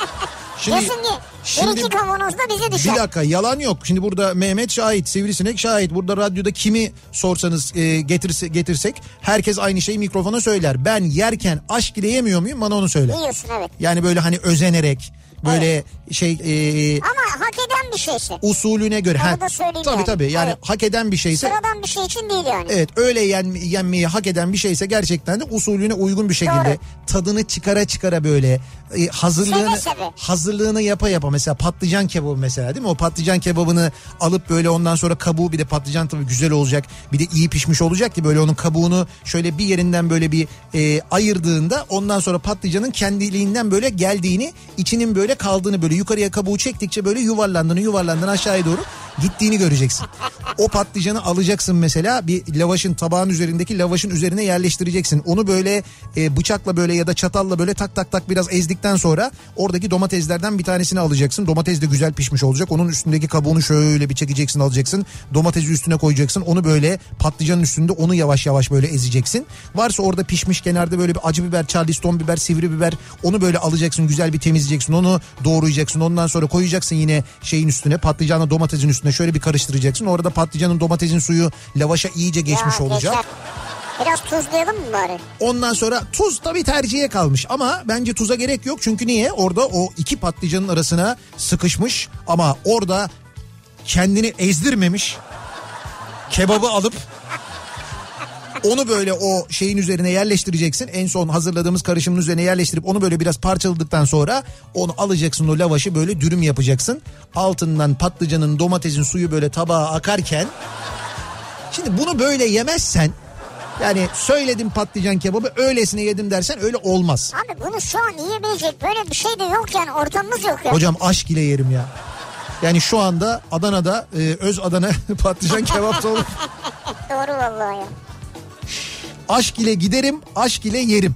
Şimdi bir iki kavanozda bize düşer. Bir dakika, yalan yok. Şimdi burada Mehmet şahit, Sivrisinek şahit. Burada radyoda kimi sorsanız getirsek herkes aynı şeyi mikrofona söyler. Ben yerken aşk ile yemiyor muyum? Bana onu söyle. Yiyorsun, evet. Yani böyle hani özenerek böyle evet. Ama hak eden bir şeyse. Usulüne göre. Onu da söyleyeyim tabii yani evet. Hak eden bir şeyse. Sıradan bir şey için değil yani. Evet, öyle yenmeyi hak eden bir şeyse gerçekten de usulüne uygun bir şekilde doğru. Tadını çıkara böyle hazırlığını yapa mesela patlıcan kebabı mesela, değil mi? O patlıcan kebabını alıp böyle ondan sonra kabuğu, bir de patlıcan tabii güzel olacak, bir de iyi pişmiş olacak ki böyle onun kabuğunu şöyle bir yerinden böyle bir ayırdığında ondan sonra patlıcanın kendiliğinden böyle geldiğini, içinin böyle kaldığını, böyle yukarıya kabuğu çektikçe böyle yuvarlandığını aşağıya doğru gittiğini göreceksin. O patlıcanı alacaksın mesela, bir lavaşın, tabağın üzerindeki lavaşın üzerine yerleştireceksin. Onu böyle bıçakla böyle ya da çatalla böyle tak biraz ezdikten sonra oradaki domateslerden bir tanesini alacaksın. Domates de güzel pişmiş olacak. Onun üstündeki kabuğunu şöyle bir çekeceksin, alacaksın. Domatesi üstüne koyacaksın. Onu böyle patlıcanın üstünde onu yavaş yavaş böyle ezeceksin. Varsa orada pişmiş kenarda böyle bir acı biber, charleston biber, sivri biber, onu böyle alacaksın, güzel bir temizleyeceksin. Onu doğrayacaksın. Ondan sonra koyacaksın yine şeyin üstüne, patlıcanla domatesin üstüne şöyle bir karıştıracaksın. Orada patlıcanın, domatesin suyu lavaşa iyice geçmiş olacak. Geçer. Biraz tuzlayalım mı bari? Ondan sonra tuz tabii tercihe kalmış ama bence tuza gerek yok. Çünkü niye? Orada o iki patlıcanın arasına sıkışmış ama orada kendini ezdirmemiş kebabı alıp onu böyle o şeyin üzerine yerleştireceksin. En son hazırladığımız karışımın üzerine yerleştirip onu böyle biraz parçaladıktan sonra onu alacaksın, o lavaşı böyle dürüm yapacaksın. Altından patlıcanın, domatesin suyu böyle tabağa akarken, şimdi bunu böyle yemezsen, yani söyledim patlıcan kebabı öylesine yedim dersen öyle olmaz. Abi bunu şu an yiyebilecek böyle bir şey de yok yani, ortamımız yok ya. Hocam aşk ile yerim ya. Yani şu anda Adana'da öz Adana patlıcan kebap da olur. Doğru vallahi ya. Aşk ile giderim, aşk ile yerim.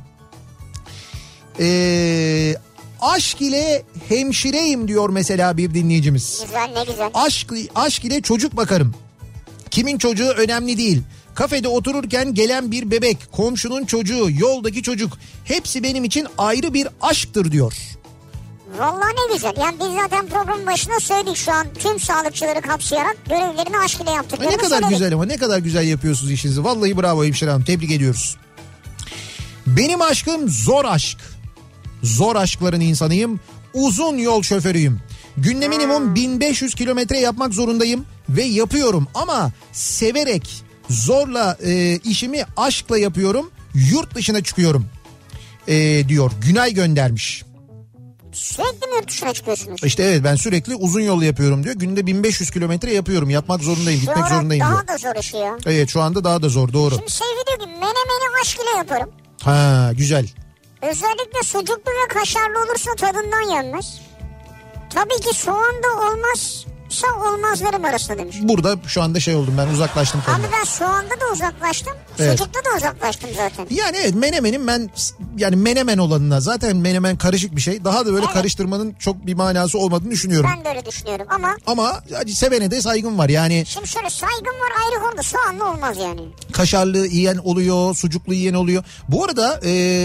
Aşk ile hemşireyim diyor mesela bir dinleyicimiz. Güzel, ne güzel. Aşk ile çocuk bakarım. Kimin çocuğu önemli değil. Kafede otururken gelen bir bebek, komşunun çocuğu, yoldaki çocuk, hepsi benim için ayrı bir aşktır diyor. Vallahi ne güzel. Yani biz zaten programın başında söyledik, şu an tüm sağlıkçıları kapsayarak görevlerini aşk ile yaptık. Ne kadar söyledik. Güzel ama ne kadar güzel yapıyorsunuz işinizi. Vallahi bravo hemşire hanım, tebrik ediyoruz. Benim aşkım zor aşk. Zor aşkların insanıyım. Uzun yol şoförüyüm. Günde minimum 1500 kilometre yapmak zorundayım ve yapıyorum ama severek, zorla işimi aşkla yapıyorum. Yurt dışına çıkıyorum diyor. Günay göndermiş. Sürekli mi yurt dışına çıkıyorsunuz? İşte evet, ben sürekli uzun yol yapıyorum diyor. Günde 1500 kilometre yapıyorum. Yapmak zorundayım, gitmek zorundayım diyor. Daha da zor işi ya. Evet, şu anda daha da zor, doğru. Şimdi Sevgi diyor ki menemeni aşk ile yaparım. Ha, güzel. Özellikle sucuklu ve kaşarlı olursa tadından yenmez. Tabii ki soğan da olmazsa olmazlarım arasında demiş. Burada şu anda şey oldum, ben uzaklaştım. Abi ben soğanda da uzaklaştım. Evet. Sucukta da uzaklaştım zaten. Yani evet, menemenin ben yani menemen olanına, zaten menemen karışık bir şey. Daha da böyle evet, karıştırmanın çok bir manası olmadığını düşünüyorum. Ben de öyle düşünüyorum ama sevene de saygım var yani. Şimdi şöyle, saygım var ayrı konuda, soğanlı olmaz yani. Kaşarlı yiyen oluyor, sucuklu yiyen oluyor. Bu arada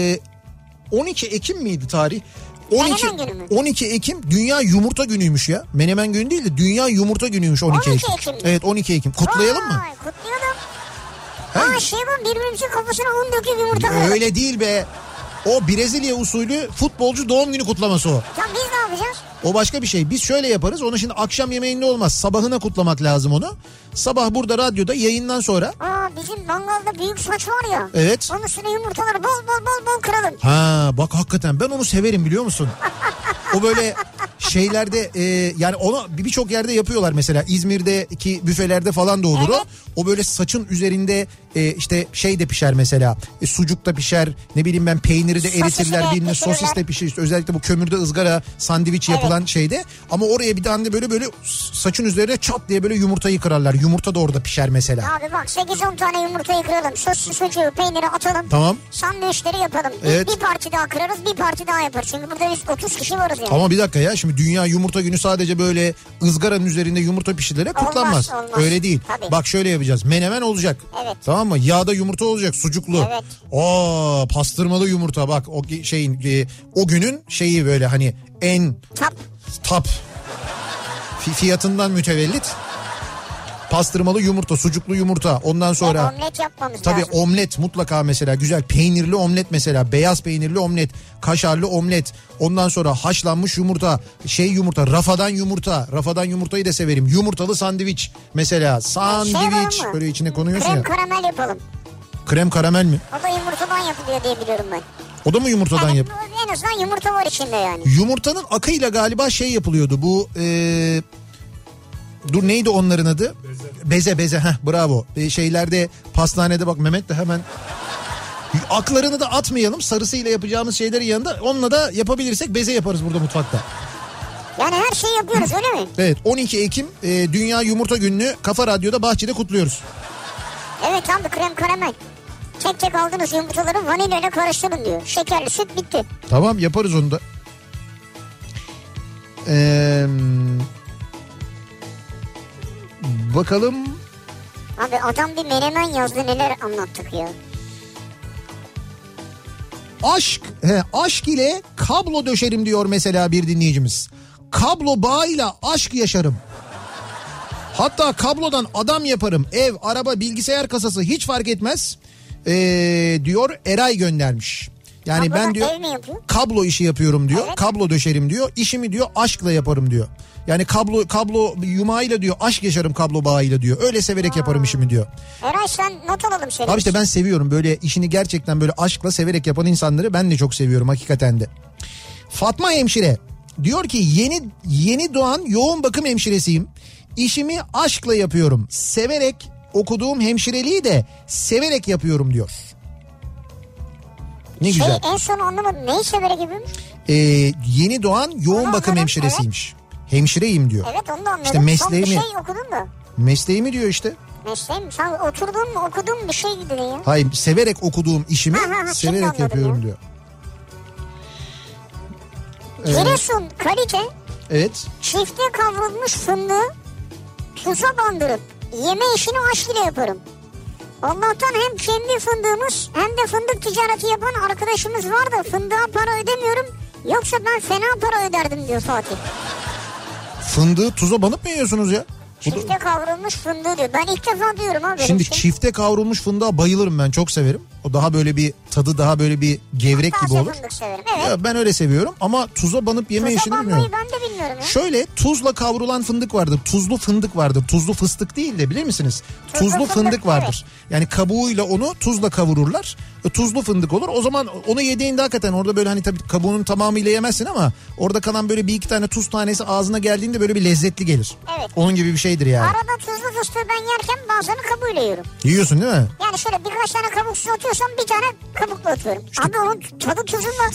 12 Ekim miydi tarih? 12 Ekim Dünya Yumurta Günü'ymüş ya. Menemen günü değil de Dünya Yumurta Günü'ymüş 12 Ekim. Evet, 12 Ekim. Kutlayalım mı? Kutlayalım. Birbirimizin kafasına un döküp yumurta koyalım. Öyle değil be. O Brezilya usulü futbolcu doğum günü kutlaması o. Tamam, biz ne yapacağız? O başka bir şey. Biz şöyle yaparız. Onu şimdi akşam yemeğinde olmaz. Sabahına kutlamak lazım onu. Sabah burada radyoda yayından sonra. Bizim mangalda büyük saç var ya. Evet. Onun üstüne yumurtaları bol kıralım. Ha bak, hakikaten ben onu severim, biliyor musun? O böyle şeylerde yani onu birçok yerde yapıyorlar mesela. İzmir'deki büfelerde falan da olur evet, O böyle saçın üzerinde işte şey de pişer mesela. Sucuk da pişer, ne bileyim ben, peyniri de eritirler, birine sosis de pişir. İşte özellikle bu kömürde ızgara sandviç yapılan şeyde. Ama oraya bir tane de böyle saçın üzerine çat diye böyle yumurtayı kırarlar. Yumurta da orada pişer mesela. Abi bak 8-10 tane yumurtayı kıralım. Sucuğu, peyniri atalım. Tamam. Sandviçleri yapalım. Evet. Bir parti daha kırarız, bir parti daha yaparız. Çünkü burada biz 30 kişi varız yani. Ama bir dakika ya, şimdi Dünya Yumurta Günü sadece böyle ızgaranın üzerinde yumurta pişirilerek kutlanmaz. Olmaz. Öyle değil. Tabii. Bak şöyle yapacağız. Menemen olacak. Evet. Tamam mı? Yağda yumurta olacak, sucuklu. Evet. Pastırmalı yumurta, bak o şeyin o günün şeyi böyle hani en top fiyatından mütevellit. Pastırmalı yumurta, sucuklu yumurta, ondan sonra omlet yapmamız tabii lazım. Omlet mutlaka mesela, güzel peynirli omlet mesela, beyaz peynirli omlet, kaşarlı omlet, ondan sonra haşlanmış yumurta, yumurta, rafadan yumurtayı da severim, yumurtalı sandviç mesela, sandviç böyle içine konuyorsun ya. Krem karamel yapalım. Krem karamel mi? O da yumurtadan yapılıyor diye biliyorum ben. O da mı yumurtadan yani, yapılıyor? En azından yumurta var içinde yani. Yumurtanın akıyla galiba şey yapılıyordu bu dur neydi onların adı? Beze. Bravo. Şeylerde, pastanede bak Mehmet de hemen, aklarını da atmayalım, sarısıyla yapacağımız şeylerin yanında onunla da yapabilirsek beze yaparız burada mutfakta. Yani her şeyi yapıyoruz öyle mi? Evet, 12 Ekim Dünya Yumurta Günü'nü Kafa Radyo'da bahçede kutluyoruz. Evet abi, krem karamel. Tek tek aldınız yumurtaları, vanilya ile karıştırın diyor. Şekerli süt bitti. Tamam, yaparız onu da. Bakalım. Abi adam bir menemen yazdı, neler anlattık ya. Aşk ile kablo döşerim diyor mesela bir dinleyicimiz. Kablo bağıyla aşk yaşarım. Hatta kablodan adam yaparım. Ev, araba, bilgisayar kasası hiç fark etmez. Diyor, Eray göndermiş. Yani kablodan ben diyor kablo işi yapıyorum diyor. Evet. Kablo döşerim diyor. İşimi diyor aşkla yaparım diyor. Yani kablo yumağıyla diyor aşk yaşarım, kablo bağıyla diyor. Öyle severek yaparım işimi diyor. Eray sen not alalım seni. Abi işte ben seviyorum böyle işini gerçekten böyle aşkla severek yapan insanları, ben de çok seviyorum hakikaten de. Fatma hemşire diyor ki yeni doğan yoğun bakım hemşiresiyim. İşimi aşkla yapıyorum. Severek okuduğum hemşireliği de severek yapıyorum diyor. Ne güzel. En son anlamadım. Neyi severek yapıyormuş? Yeni doğan yoğun bakım hemşiresiymiş. Evet. Hemşireyim diyor. Evet, onu da anladım. İşte mesleğimi. Son bir şey okudun da. Mesleğimi diyor işte. Mesleğim? Sen oturdun mu, okudun bir şey dedin ya. Hayır, severek okuduğum işimi severek yapıyorum ya diyor. Giresun kalite. Evet. Çifte kavrulmuş fındığı tuza bandırıp yeme işini aşk ile yaparım. Allah'tan hem kendi fındığımız hem de fındık ticareti yapan arkadaşımız var da fındığa para ödemiyorum. Yoksa ben fena para öderdim diyor Fatih. Fındığı tuza banıp mı yiyorsunuz ya? Çifte kavrulmuş fındığı diyor. Ben ilk defa diyorum abi. Şimdi çifte kavrulmuş fındığa bayılırım, ben çok severim. O daha böyle bir tadı, daha böyle bir gevrek gibi olur. Fındık severim, evet. Ya ben öyle seviyorum ama tuza banıp yeme işini bilmiyorum. Tuza banmayı ben de bilmiyorum ya. Şöyle tuzla kavrulan fındık vardır. Tuzlu fındık vardır. Tuzlu fıstık değil de, bilir misiniz? Tuzlu fındık vardır. Evet. Yani kabuğuyla onu tuzla kavururlar. Tuzlu fındık olur. O zaman onu yediğinde hakikaten orada böyle hani tabii kabuğunun tamamıyla yemezsin ama orada kalan böyle bir iki tane tuz tanesi ağzına geldiğinde böyle bir lezzetli gelir. Evet. Onun gibi bir şeydir yani. Arada tuzlu fıstığı ben yerken bazen kabuğuyla yiyorum. Yiyorsun değil mi? Yani şöyle birkaç tane kabuksuz atıyorsam bir tane kabuklu atıyorum. İşte... Abi onun tadı tuzunla.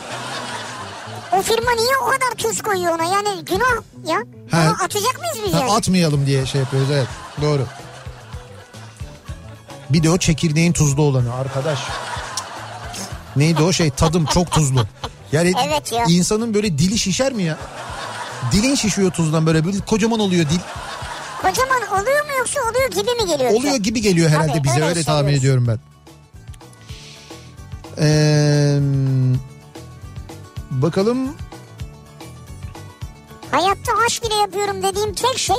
O firma niye o kadar tuz koyuyor ona? Yani günah ya. Onu atacak mıyız biz yani? Atmayalım diye şey yapıyoruz, evet. Doğru. Bir de o çekirdeğin tuzlu olanı arkadaş. Neydi o şey? Tadım çok tuzlu. Yani evet ya. İnsanın böyle dili şişer mi ya? Dilin şişiyor tuzdan, böyle kocaman oluyor dil. Kocaman oluyor mu yoksa oluyor gibi mi geliyor? Oluyor gibi geliyor herhalde. Tabii, bize öyle tahmin ediyorum ben. Bakalım. Hayatta aşk ile yapıyorum dediğim tek şey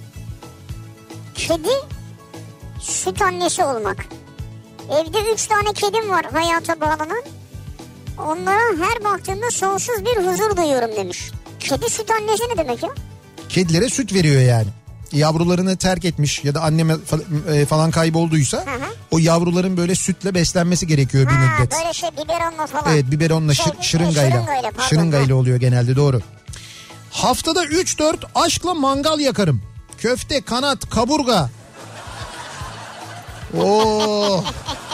kedi süt annesi olmak. Evde 3 tane kedim var hayata bağlanan. Onlara her baktığımda sonsuz bir huzur duyuyorum demiş. Kedi süt annesi ne demek ya? Kedilere süt veriyor yani. Yavrularını terk etmiş ya da anneme falan kaybolduysa o yavruların böyle sütle beslenmesi gerekiyor bir müddet. Böyle biberonla falan. Evet, biberonla şırıngayla oluyor genelde, doğru. Haftada 3-4 aşkla mangal yakarım. Köfte, kanat, kaburga. Oo.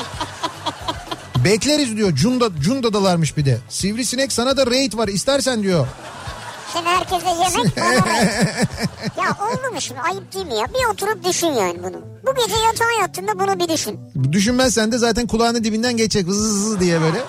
Bekleriz diyor. Cunda'dalarmış bir de. Sivrisinek sana da raid var istersen diyor. Şimdi herkese yemek ya oldu mu şimdi, ayıp değil mi ya? Bir oturup düşün yani bunu. Bu gece yatağa yattığında bunu bir düşün. Düşünmezsen de zaten kulağının dibinden geçecek hızlı diye böyle.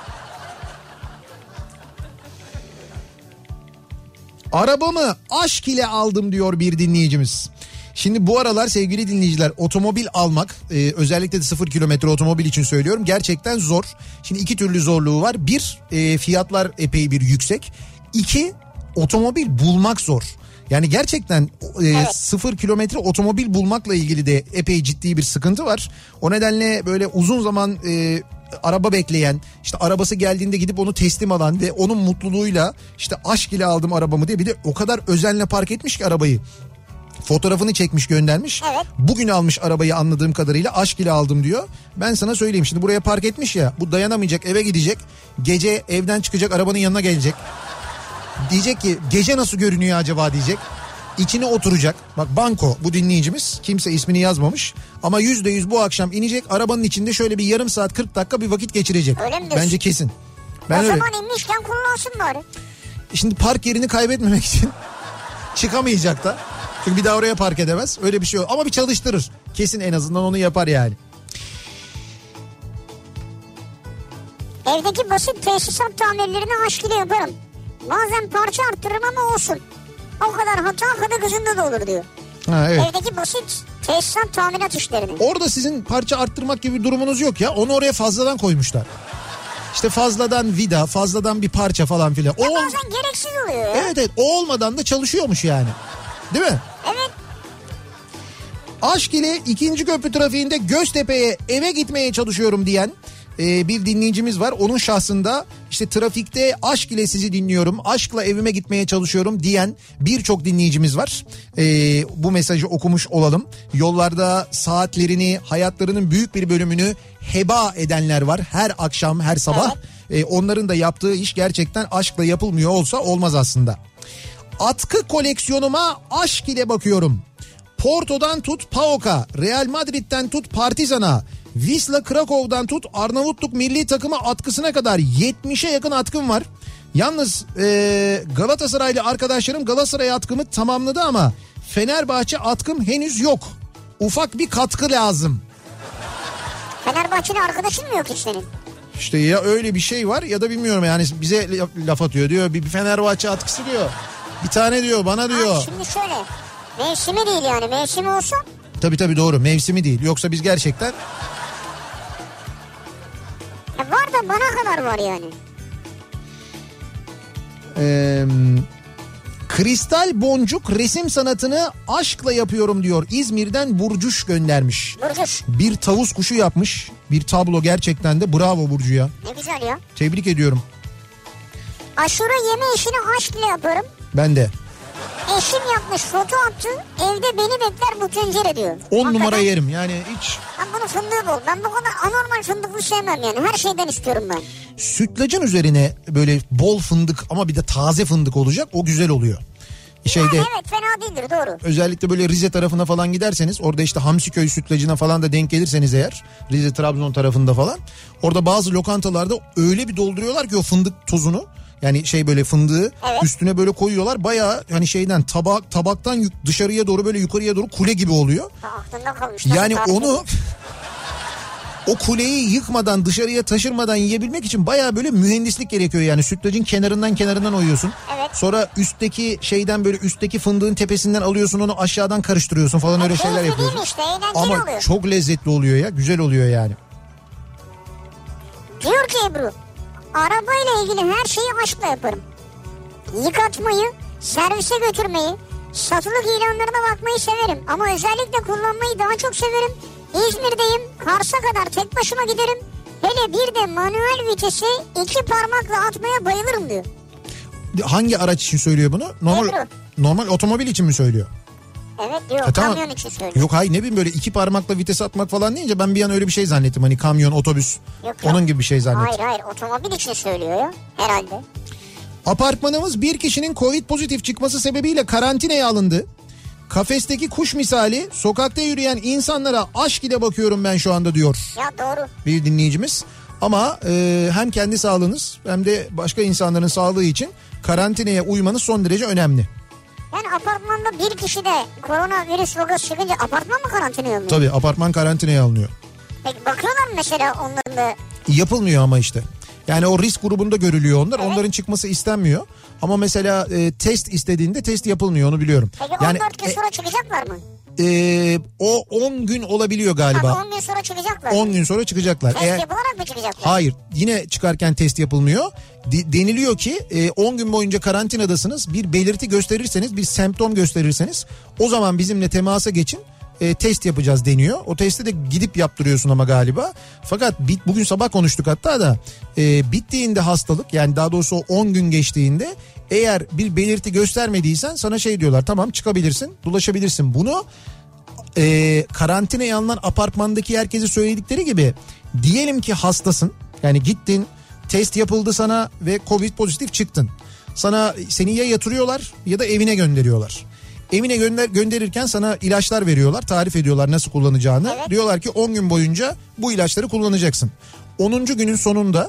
Arabamı aşk ile aldım diyor bir dinleyicimiz. Şimdi bu aralar sevgili dinleyiciler otomobil almak özellikle de 0 kilometre otomobil için söylüyorum gerçekten zor. Şimdi iki türlü zorluğu var. Bir, fiyatlar epey bir yüksek. İki, otomobil bulmak zor. Yani gerçekten evet. 0 kilometre otomobil bulmakla ilgili de epey ciddi bir sıkıntı var. O nedenle böyle uzun zaman araba bekleyen, işte arabası geldiğinde gidip onu teslim alan ve onun mutluluğuyla işte aşk ile aldım arabamı diye bir de o kadar özenle park etmiş ki arabayı. Fotoğrafını çekmiş göndermiş. Evet. Bugün almış arabayı anladığım kadarıyla aşk ile aldım diyor. Ben sana söyleyeyim şimdi buraya park etmiş ya, bu dayanamayacak, eve gidecek. Gece evden çıkacak, arabanın yanına gelecek. Diyecek ki gece nasıl görünüyor acaba diyecek. İçine oturacak. Bak banko bu dinleyicimiz, kimse ismini yazmamış. Ama %100 bu akşam inecek, arabanın içinde şöyle bir yarım saat 40 dakika bir vakit geçirecek. Öyle mi diyorsun? Bence kesin. O zaman inmişken kullansın bari. Şimdi park yerini kaybetmemek için çıkamayacak da. Çünkü bir daha oraya park edemez. Öyle bir şey yok. Ama bir çalıştırır. Kesin en azından onu yapar yani. Evdeki basit tesisat tamirlerini aşk ile yaparım. Bazen parça arttırırım ama olsun. O kadar hata kadı gözünde de olur diyor. Ha, evet. Evdeki basit tesisat tamirat işlerini. Orada sizin parça arttırmak gibi bir durumunuz yok ya. Onu oraya fazladan koymuşlar. İşte fazladan vida, fazladan bir parça falan filan. Ya bazen gereksiz oluyor ya. Evet o olmadan da çalışıyormuş yani. Değil mi? Evet. Aşk ile 2. köprü trafiğinde Göztepe'ye eve gitmeye çalışıyorum diyen bir dinleyicimiz var. Onun şahsında işte trafikte aşk ile sizi dinliyorum, aşkla evime gitmeye çalışıyorum diyen birçok dinleyicimiz var. Bu mesajı okumuş olalım. Yollarda saatlerini, hayatlarının büyük bir bölümünü heba edenler var. Her akşam, her sabah. Evet. Onların da yaptığı iş gerçekten aşkla yapılmıyor olsa olmaz aslında. Atkı koleksiyonuma aşk ile bakıyorum. Porto'dan tut PAOK'a, Real Madrid'den tut Partizan'a, Wisla Krakow'dan tut Arnavutluk milli takımı atkısına kadar 70'e yakın atkım var. Yalnız Galatasaraylı arkadaşlarım Galatasaray atkımı tamamladı ama Fenerbahçe atkım henüz yok. Ufak bir katkı lazım. Fenerbahçeli arkadaşın mı yok hiç senin? İşte ya öyle bir şey var ya da bilmiyorum yani bize laf atıyor diyor. Bir Fenerbahçe atkısı diyor. Bir tane diyor bana diyor. Abi şimdi şöyle, mevsimi değil yani, mevsimi olsa. Tabii doğru, mevsimi değil. Yoksa biz gerçekten... Var da bana kadar var yani. Kristal boncuk resim sanatını aşkla yapıyorum diyor. İzmir'den Burcuş göndermiş. Burcuş. Bir tavus kuşu yapmış. Bir tablo gerçekten de bravo Burcu'ya. Ne güzel ya. Tebrik ediyorum. Aşure yeme işini aşkla yaparım. Ben de. Eşim yapmış, foto attı. Evde beni bekler bu tencere diyor. 10 numara yerim yani hiç. Ben bunu fındığı bol. Ben bu kadar anormal fındıklı sevmem yani. Her şeyden istiyorum ben. Sütlacın üzerine böyle bol fındık ama bir de taze fındık olacak. O güzel oluyor. Yani evet, fena değildir, doğru. Özellikle böyle Rize tarafına falan giderseniz, orada işte Hamsiköy sütlacına falan da denk gelirseniz eğer, Rize Trabzon tarafında falan, orada bazı lokantalarda öyle bir dolduruyorlar ki o fındık tozunu, yani şey böyle fındığı üstüne böyle koyuyorlar, bayağı hani şeyden tabaktan dışarıya doğru böyle yukarıya doğru kule gibi oluyor. Aklında kalmış. Yani onu o kuleyi yıkmadan, dışarıya taşırmadan yiyebilmek için bayağı böyle mühendislik gerekiyor yani. Sütlacın kenarından oyuyorsun. Evet. Sonra üstteki şeyden böyle üstteki fındığın tepesinden alıyorsun, onu aşağıdan karıştırıyorsun falan, öyle şeyler yapıyorsun. Işte, eğlenceli ama oluyor. Çok lezzetli oluyor ya, güzel oluyor yani. Diyor ki Ebru, arabayla ilgili her şeyi aşkla yaparım. Yıkatmayı, servise götürmeyi, satılık ilanlarına bakmayı severim. Ama özellikle kullanmayı daha çok severim. İzmir'deyim, Kars'a kadar tek başıma giderim. Hele bir de manuel vitesi 2 parmakla atmaya bayılırım diyor. Hangi araç için söylüyor bunu? Normal otomobil için mi söylüyor? Evet diyor, tamam. Kamyon için söylüyor. Yok hayır, ne bileyim, böyle 2 parmakla vites atmak falan deyince ben bir an öyle bir şey zannettim. Hani kamyon, otobüs, yok. Onun gibi bir şey zannettim. Hayır otomobil için söylüyor ya herhalde. Apartmanımız bir kişinin Covid pozitif çıkması sebebiyle karantinaya alındı. Kafesteki kuş misali sokakta yürüyen insanlara aşk ile bakıyorum ben şu anda diyor. Ya doğru. Bir dinleyicimiz. Ama hem kendi sağlığınız hem de başka insanların sağlığı için karantinaya uymanız son derece önemli. Yani apartmanda bir kişi de koronavirüs vakası çıkınca apartman mı karantinaya alınıyor? Tabii apartman karantinaya alınıyor. Peki bakıyorlar mı mesela onların da? Yapılmıyor ama işte. Yani o risk grubunda görülüyor onlar. Evet. Onların çıkması istenmiyor. Ama mesela test istediğinde test yapılmıyor, onu biliyorum. Peki Yani 14 gün sonra çıkacaklar mı? O 10 gün olabiliyor galiba. Ha, 10 gün sonra çıkacaklar. 10 gün sonra çıkacaklar. Test yapılarak mı çıkacaklar? Hayır, yine çıkarken test yapılmıyor. Deniliyor ki 10 gün boyunca karantinadasınız. Bir belirti gösterirseniz, bir semptom gösterirseniz o zaman bizimle temasa geçin. Test yapacağız deniyor. O testi de gidip yaptırıyorsun ama galiba. Fakat bugün sabah konuştuk hatta da bittiğinde hastalık, yani daha doğrusu 10 gün geçtiğinde eğer bir belirti göstermediysen sana şey diyorlar, tamam çıkabilirsin, dolaşabilirsin. Bunu karantinaya alınan apartmandaki herkese söyledikleri gibi, diyelim ki hastasın, yani gittin test yapıldı sana ve Covid pozitif çıktın. Seni ya yatırıyorlar ya da evine gönderiyorlar. Evine gönderirken sana ilaçlar veriyorlar, tarif ediyorlar nasıl kullanacağını. Evet. Diyorlar ki 10 gün boyunca bu ilaçları kullanacaksın. 10. günün sonunda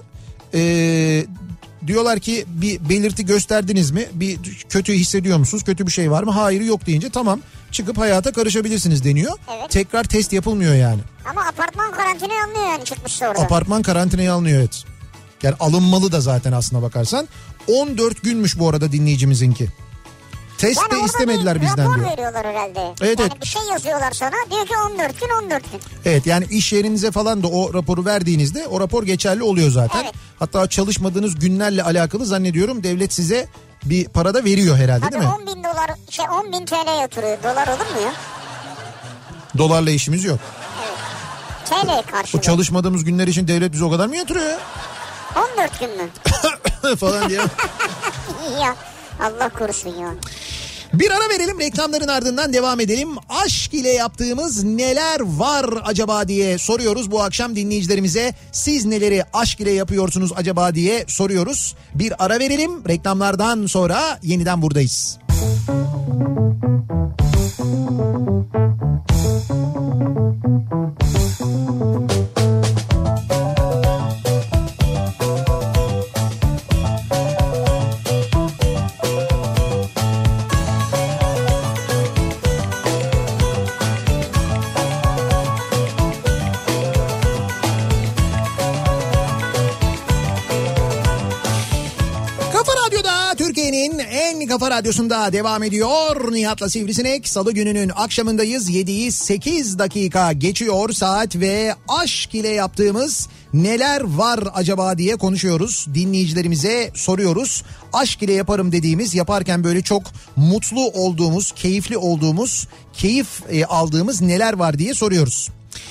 diyorlar ki bir belirti gösterdiniz mi? Bir kötü hissediyor musunuz? Kötü bir şey var mı? Hayır, yok deyince tamam, çıkıp hayata karışabilirsiniz deniyor. Evet. Tekrar test yapılmıyor yani. Ama apartman karantinaya alınıyor yani, çıkmışsa orada. Apartman karantinaya alınıyor, evet. Yani alınmalı da zaten aslına bakarsan. 14 günmüş bu arada dinleyicimizinki. Test yani de istemediler bizden rapor diyor. veriyorlar herhalde. Evet, yani evet. bir şey yazıyorlar sana, diyor ki 14 gün 14 gün. Evet, yani iş yerinize falan da o raporu verdiğinizde o rapor geçerli oluyor zaten. Evet. Hatta çalışmadığınız günlerle alakalı zannediyorum devlet size bir para da veriyor herhalde. Hadi değil mi? 10 bin TL yatırıyor. Dolar olur mu ya? Dolarla işimiz yok. TL karşılığı. O çalışmadığımız günler için devlet bize o kadar mı yatırıyor ya? 14 gün mü? falan diye. Ya Allah korusun ya. Bir ara verelim, reklamların ardından devam edelim. Aşk ile yaptığımız neler var acaba diye soruyoruz bu akşam dinleyicilerimize. Siz neleri aşk ile yapıyorsunuz acaba diye soruyoruz. Bir ara verelim, reklamlardan sonra yeniden buradayız. Kafa Radyosu'nda devam ediyor. Nihat'la Sivrisinek. Salı gününün akşamındayız. 7'yi 8 dakika geçiyor saat ve aşk ile yaptığımız neler var acaba diye konuşuyoruz. Dinleyicilerimize soruyoruz. Aşk ile yaparım dediğimiz, yaparken böyle çok mutlu olduğumuz, keyifli olduğumuz, keyif aldığımız neler var diye soruyoruz.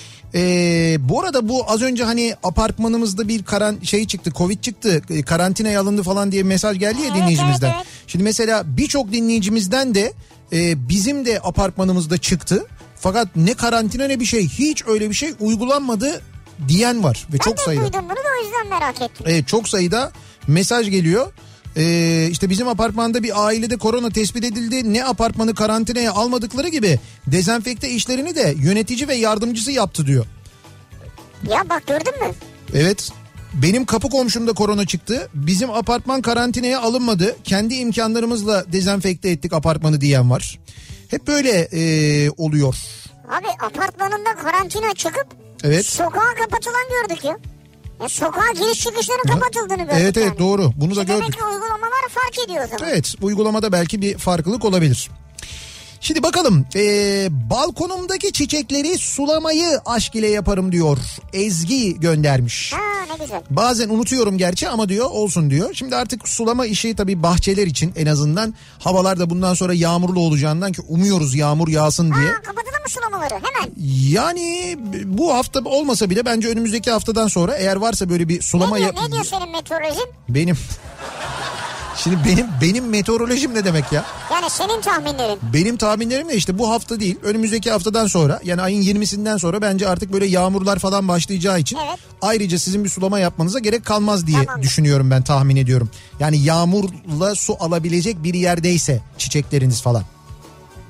Bu arada bu az önce hani apartmanımızda bir çıktı, Covid çıktı, karantinaya alındı falan diye mesaj geldi ya dinleyicimizden. Evet. Şimdi mesela birçok dinleyicimizden de bizim de apartmanımızda çıktı. Fakat ne karantina ne bir şey, hiç öyle bir şey uygulanmadı diyen var. Ve çok sayıda. Ben de duydum bunu da, o yüzden merak ettim. Evet, çok sayıda mesaj geliyor. İşte bizim apartmanda bir ailede korona tespit edildi. Ne apartmanı karantinaya almadıkları gibi dezenfekte işlerini de yönetici ve yardımcısı yaptı diyor. Ya bak, gördün mü? Evet. Benim kapı komşumda korona çıktı. Bizim apartman karantinaya alınmadı. Kendi imkanlarımızla dezenfekte ettik apartmanı diyen var. Hep böyle oluyor. Abi apartmanında karantina çıkıp evet, sokağa kapatılan gördük ya. Sokağa giriş çıkışların kapatıldığını gördük. Evet yani. Evet, doğru, bunu da gördük. Demek ki uygulamalar fark ediyor o zaman. Evet, uygulamada belki bir farklılık olabilir. Şimdi bakalım, balkonumdaki çiçekleri sulamayı aşk ile yaparım diyor. Ezgi göndermiş. Ha, ne güzel. Bazen unutuyorum gerçi ama diyor olsun diyor. Şimdi artık sulama işi tabii bahçeler için, en azından havalar da bundan sonra yağmurlu olacağından ki umuyoruz yağmur yağsın diye. Kapatılır mı sulamaları hemen? Yani bu hafta olmasa bile bence önümüzdeki haftadan sonra eğer varsa böyle bir sulama... Ne diyor senin meteorolojin? Benim... Şimdi benim meteorolojim ne demek ya? Yani senin tahminlerin. Benim tahminlerim de işte bu hafta değil, önümüzdeki haftadan sonra, yani ayın 20'sinden sonra bence artık böyle yağmurlar falan başlayacağı için ayrıca sizin bir sulama yapmanıza gerek kalmaz diye düşünüyorum, ben tahmin ediyorum. Yani yağmurla su alabilecek bir yerdeyse çiçekleriniz falan.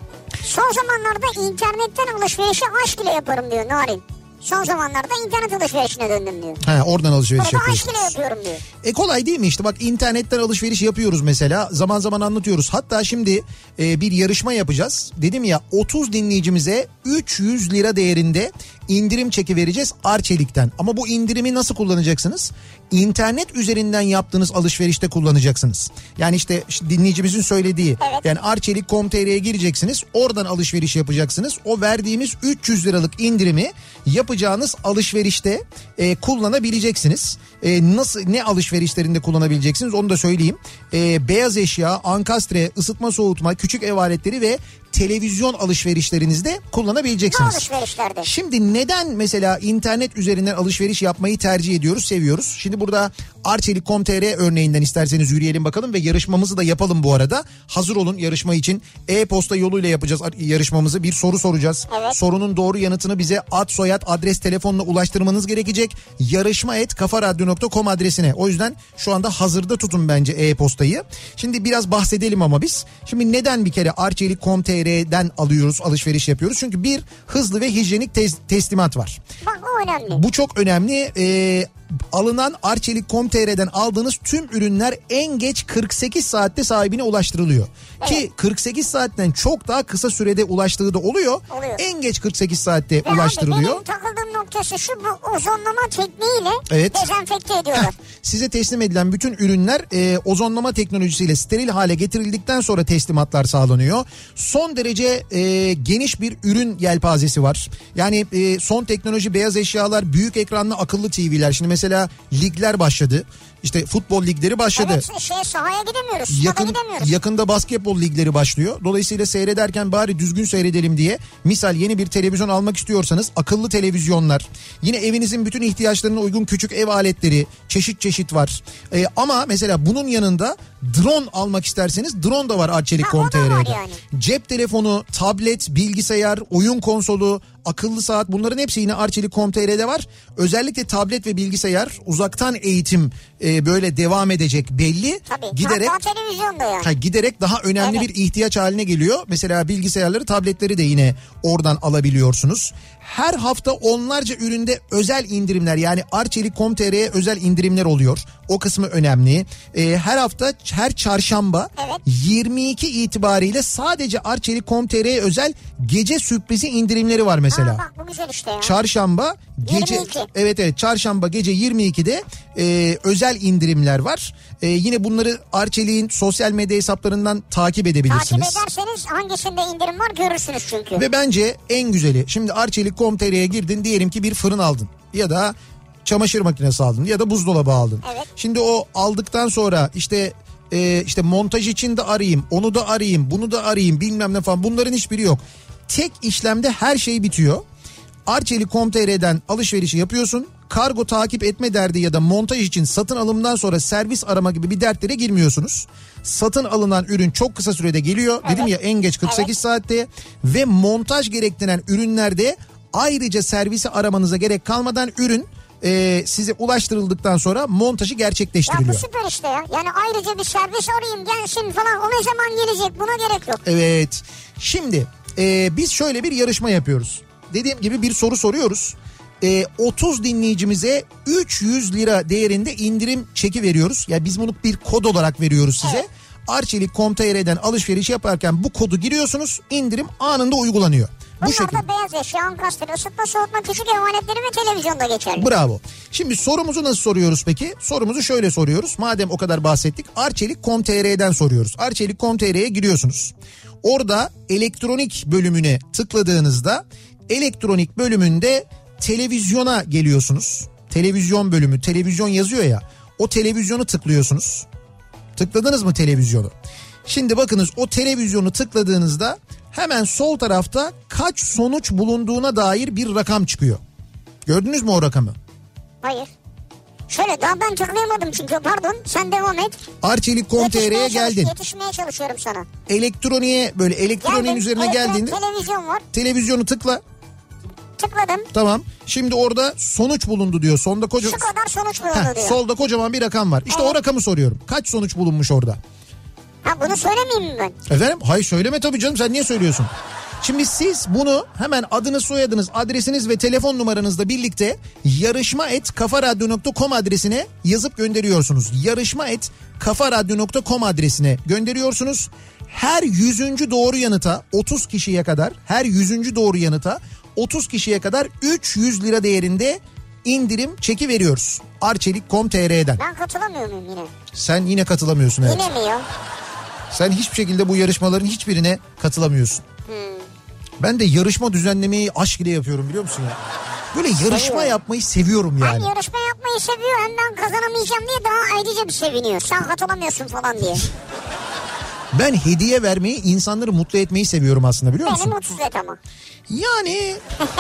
Son zamanlarda internetten alışverişi aşk ile yaparım diyor Narin. Son zamanlarda internet alışverişine döndüm diyor. He, oradan alışveriş burada yapıyorsun. aşk ile yapıyorum diyor. Kolay değil mi işte, bak internetten alışveriş yapıyoruz mesela, zaman zaman anlatıyoruz. Hatta şimdi bir yarışma yapacağız. Dedim ya, 30 dinleyicimize 300 lira değerinde indirim çeki vereceğiz Arçelik'ten. Ama bu indirimi nasıl kullanacaksınız? İnternet üzerinden yaptığınız alışverişte kullanacaksınız. Yani işte dinleyicimizin söylediği, evet. Yani Arçelik.com.tr'ye gireceksiniz, oradan alışveriş yapacaksınız. O verdiğimiz 300 liralık indirimi yapacağınız alışverişte kullanabileceksiniz. Nasıl, ne alışverişlerinde kullanabileceksiniz onu da söyleyeyim. Beyaz eşya, ankastre, ısıtma soğutma, küçük ev aletleri ve televizyon alışverişlerinizde kullanabileceksiniz. Alışverişlerde. Şimdi neden mesela internet üzerinden alışveriş yapmayı tercih ediyoruz, seviyoruz? Şimdi burada Arçelik.com.tr örneğinden isterseniz yürüyelim bakalım ve yarışmamızı da yapalım bu arada. Hazır olun yarışma için. E-posta yoluyla yapacağız yarışmamızı. Bir soru soracağız. Evet. Sorunun doğru yanıtını bize ad, soyad, adres, telefonla ulaştırmanız gerekecek. yarışma@kafaradyo.com adresine. O yüzden şu anda hazırda tutun bence e-postayı. Şimdi biraz bahsedelim ama biz. Şimdi neden bir kere Arçelik.com.tr'den alıyoruz, alışveriş yapıyoruz? Çünkü bir, hızlı ve hijyenik teslimat var. Bak o önemli. Bu çok önemli. Alınan Arçelik.com.tr'den aldığınız tüm ürünler en geç 48 saatte sahibine ulaştırılıyor. Evet. Ki 48 saatten çok daha kısa sürede ulaştığı da oluyor. En geç 48 saatte ulaştırılıyor. Benim takıldığım noktası şu, bu ozonlama tekniğiyle evet. dezenfekte ediyorlar. Size teslim edilen bütün ürünler ozonlama teknolojisiyle steril hale getirildikten sonra teslimatlar sağlanıyor. Son derece geniş bir ürün yelpazesi var. Yani son teknoloji beyaz eşyalar, büyük ekranlı akıllı TV'ler. Şimdi mesela ligler başladı. İşte futbol ligleri başladı. Evet, sahaya gidemiyoruz. Yakında basketbol ligleri başlıyor. Dolayısıyla seyrederken bari düzgün seyredelim diye misal yeni bir televizyon almak istiyorsanız akıllı televizyonlar, yine evinizin bütün ihtiyaçlarına uygun küçük ev aletleri çeşit çeşit var. Ama mesela bunun yanında drone almak isterseniz drone da var Arçelik.com.tr'de. Yani. Cep telefonu, tablet, bilgisayar, oyun konsolu, akıllı saat, bunların hepsi yine Arçelik.com.tr'de var. Özellikle tablet ve bilgisayar, uzaktan eğitim böyle devam edecek belli. Tabii, giderek televizyon da yani. Giderek daha önemli evet. bir ihtiyaç haline geliyor. Mesela bilgisayarları, tabletleri de yine oradan alabiliyorsunuz. Her hafta onlarca üründe özel indirimler, yani Arçelik.com.tr'ye özel indirimler oluyor. O kısmı önemli. Her hafta, her çarşamba evet. 22 itibariyle sadece Arçelik.com.tr'ye özel gece sürprizi indirimleri var mesela. Bak bu güzel işte ya. Çarşamba gece 22. Evet çarşamba gece 22'de özel indirimler var. Yine bunları Arçelik'in sosyal medya hesaplarından takip edebilirsiniz. Takip ederseniz hangisinde indirim var görürsünüz çünkü. Ve bence en güzeli, şimdi Arçelik.com.tr'ye girdin, diyelim ki bir fırın aldın ya da çamaşır makinesi aldın ya da buzdolabı aldın. Evet. Şimdi o aldıktan sonra işte montaj için de arayayım, onu da arayayım, bunu da arayayım, bilmem ne falan, bunların hiçbiri yok. Tek işlemde her şey bitiyor. Arçelik.com.tr'den alışverişi yapıyorsun. Kargo takip etme derdi ya da montaj için satın alımdan sonra servis arama gibi bir dertlere girmiyorsunuz. Satın alınan ürün çok kısa sürede geliyor. Evet. Dedim ya, en geç 48 saatte ve montaj gerektiren ürünlerde ayrıca servisi aramanıza gerek kalmadan ürün size ulaştırıldıktan sonra montajı gerçekleştiriliyor. Ya bu süper işte ya. Yani ayrıca bir servis arayayım gelsin falan, o ne zaman gelecek, buna gerek yok. Evet. Şimdi biz şöyle bir yarışma yapıyoruz. Dediğim gibi bir soru soruyoruz. 30 dinleyicimize 300 lira değerinde indirim çeki veriyoruz. Ya biz bunu bir kod olarak veriyoruz size. Evet. Arçelik.com.tr'den alışveriş yaparken bu kodu giriyorsunuz, indirim anında uygulanıyor. Bunlar da beyaz eşya, ankastre, ısıtma soğutma, küçük ev aletleri ve televizyonda geçerli. Bravo. Şimdi sorumuzu nasıl soruyoruz peki? Sorumuzu şöyle soruyoruz. Madem o kadar bahsettik, Arçelik.com.tr'den soruyoruz. Arçelik.com.tr'ye giriyorsunuz. Orada elektronik bölümüne tıkladığınızda elektronik bölümünde televizyona geliyorsunuz. Televizyon bölümü, televizyon yazıyor ya. O televizyonu tıklıyorsunuz. Tıkladınız mı televizyonu? Şimdi bakınız, o televizyonu tıkladığınızda hemen sol tarafta kaç sonuç bulunduğuna dair bir rakam çıkıyor. Gördünüz mü o rakamı? Hayır. Şöyle, daha ben tıklayamadım çünkü, pardon, sen devam et. Arçelik.com.tr'ye geldin. Yetişmeye çalışıyorum sana. Elektroniğe, böyle elektroniğin üzerine geldiğinde televizyon var. Televizyonu tıkla. Tıkladım. Tamam. Şimdi orada sonuç bulundu diyor. Sonda şu kadar sonuç bulundu diyor. Solda kocaman bir rakam var. İşte evet. O rakamı soruyorum. Kaç sonuç bulunmuş orada? Ha, bunu söylemeyeyim mi ben? Efendim? Hayır, söyleme tabii canım, sen niye söylüyorsun? Şimdi siz bunu hemen adınız, soyadınız, adresiniz ve telefon numaranızla birlikte yarışma@kafaradyo.com adresine yazıp gönderiyorsunuz. Yarışma@kafaradyo.com adresine gönderiyorsunuz. Her 100. doğru yanıta 30 kişiye kadar, her 100. doğru yanıta 30 kişiye kadar 300 lira değerinde indirim çeki veriyoruz. Arçelik.com.tr'den. Ben katılamıyor muyum yine? Sen yine katılamıyorsun, evet. Yine mi ya? Sen hiçbir şekilde bu yarışmaların hiçbirine katılamıyorsun. Ben de yarışma düzenlemeyi aşk ile yapıyorum, biliyor musun ya? Böyle yarışma yapmayı seviyorum yani. Hem yarışma yapmayı seviyor hem ben kazanamayacağım diye daha ayrıca bir seviniyor. Sen katılamıyorsun falan diye. Ben hediye vermeyi, insanları mutlu etmeyi seviyorum aslında, biliyor musun? Beni mutsuz et ama. Yani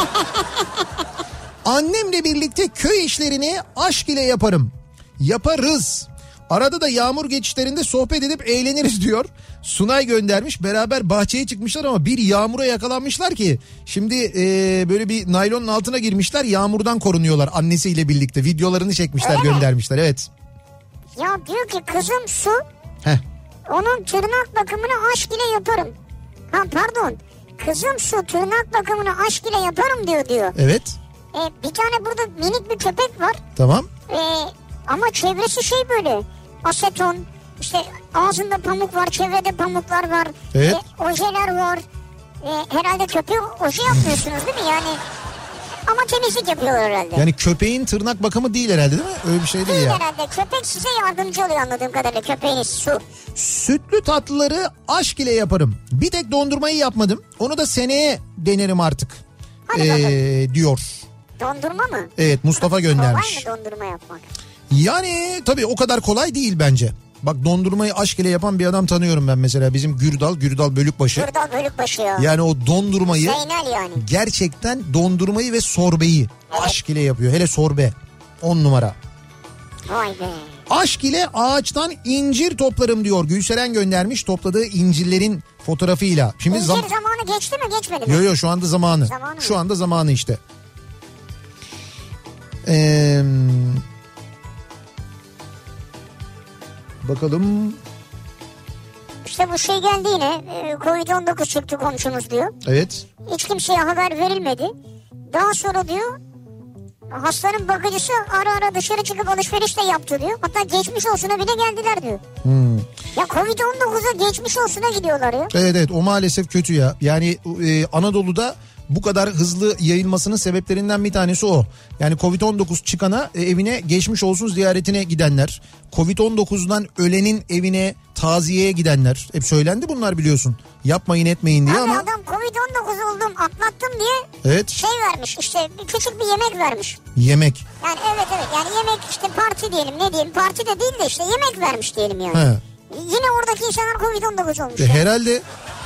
annemle birlikte köy işlerini aşk ile yaparım. Yaparız. Arada da yağmur geçişlerinde sohbet edip eğleniriz diyor. Sunay göndermiş. Beraber bahçeye çıkmışlar ama bir yağmura yakalanmışlar ki. Şimdi böyle bir naylonun altına girmişler. Yağmurdan korunuyorlar annesiyle birlikte. Videolarını çekmişler, öyle göndermişler. Mi? Evet. Ya diyor ki kızım Su. Heh. Onun tırnak bakımını aşk ile yaparım. Ha pardon. Kızım Su tırnak bakımını aşk ile yaparım diyor. Evet. Bir tane burada minik bir köpek var. Tamam. Ama çevresi şey böyle aseton, işte ağzında pamuk var, çevrede pamuklar var, evet. Ojeler var. Herhalde köpeğe oje yapmıyorsunuz değil mi yani? Ama temizlik yapıyorlar herhalde. Yani köpeğin tırnak bakımı değil herhalde, değil mi? Öyle bir şey değil ya. Herhalde köpek size yardımcı oluyor anladığım kadarıyla, köpeğiniz Su. Sütlü tatlıları aşk ile yaparım. Bir tek dondurmayı yapmadım. Onu da seneye denerim artık. Diyor. Dondurma mı? Evet, Mustafa göndermiş. Kolay mı dondurma yapmak? Yani tabii o kadar kolay değil bence. Bak dondurmayı aşk ile yapan bir adam tanıyorum ben mesela. Bizim Gürdal Bölükbaşı. Gürdal Bölükbaşı ya. Yani o dondurmayı. Zeynel yani. Gerçekten dondurmayı ve sorbeyi aşk ile yapıyor. Hele sorbe 10 numara. Vay be. Aşk ile ağaçtan incir toplarım diyor. Gülseren göndermiş topladığı incirlerin fotoğrafıyla. Şimdi İncir zamanı geçti mi geçmedi mi? Yok şu anda zamanı. Şu anda zamanı işte. Bakalım. İşte bu şey geldi yine. Covid-19 çıktı komşumuz diyor. Evet. Hiç kimseye haber verilmedi. Daha sonra diyor hastanın bakıcısı ara dışarı çıkıp alışveriş de yaptı diyor. Hatta geçmiş olsuna bile geldiler diyor. Ya Covid-19'a geçmiş olsuna gidiyorlar ya. Evet o maalesef kötü ya. Yani Anadolu'da bu kadar hızlı yayılmasının sebeplerinden bir tanesi o. Yani Covid-19 çıkana evine geçmiş olsun ziyaretine gidenler. Covid-19'dan ölenin evine taziyeye gidenler. Hep söylendi bunlar biliyorsun. Yapmayın etmeyin diye ama. Adam Covid-19 oldum atlattım diye şey vermiş işte küçük bir yemek vermiş. Yemek. Yani evet yani yemek işte parti diyelim ne diyelim parti de değil de işte yemek vermiş diyelim yani. He. Yine oradaki insanlar Covid-19 olmuş. Herhalde.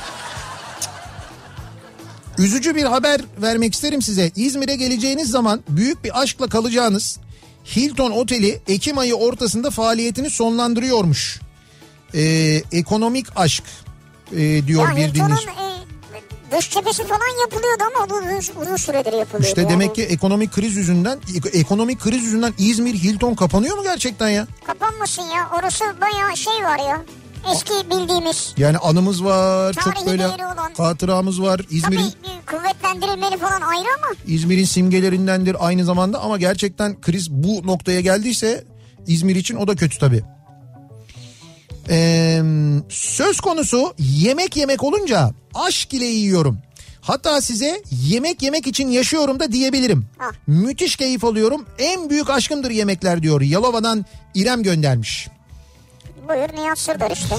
Üzücü bir haber vermek isterim size. İzmir'e geleceğiniz zaman büyük bir aşkla kalacağınız Hilton Oteli Ekim ayı ortasında faaliyetini sonlandırıyormuş. Ekonomik aşk diyor ya bir dinleyici. Dış cephesi falan yapılıyordu ama uzun süredir yapılıyordu. İşte demek ki ekonomik kriz yüzünden İzmir Hilton kapanıyor mu gerçekten ya? Kapanmasın ya, orası bayağı şey var ya. Eski bildiğimiz. Yani anımız var, tarihi çok böyle hatıramız var. İzmir'in kuvvetlendirilmeli falan ayrı ama. İzmir'in simgelerindendir aynı zamanda ama gerçekten kriz bu noktaya geldiyse İzmir için o da kötü tabii. Söz konusu yemek olunca aşk ile yiyorum. Hatta size yemek için yaşıyorum da diyebilirim. Ha. Müthiş keyif alıyorum. En büyük aşkımdır yemekler diyor. Yalova'dan İrem göndermiş. Buyur Nihat Sırdar işte.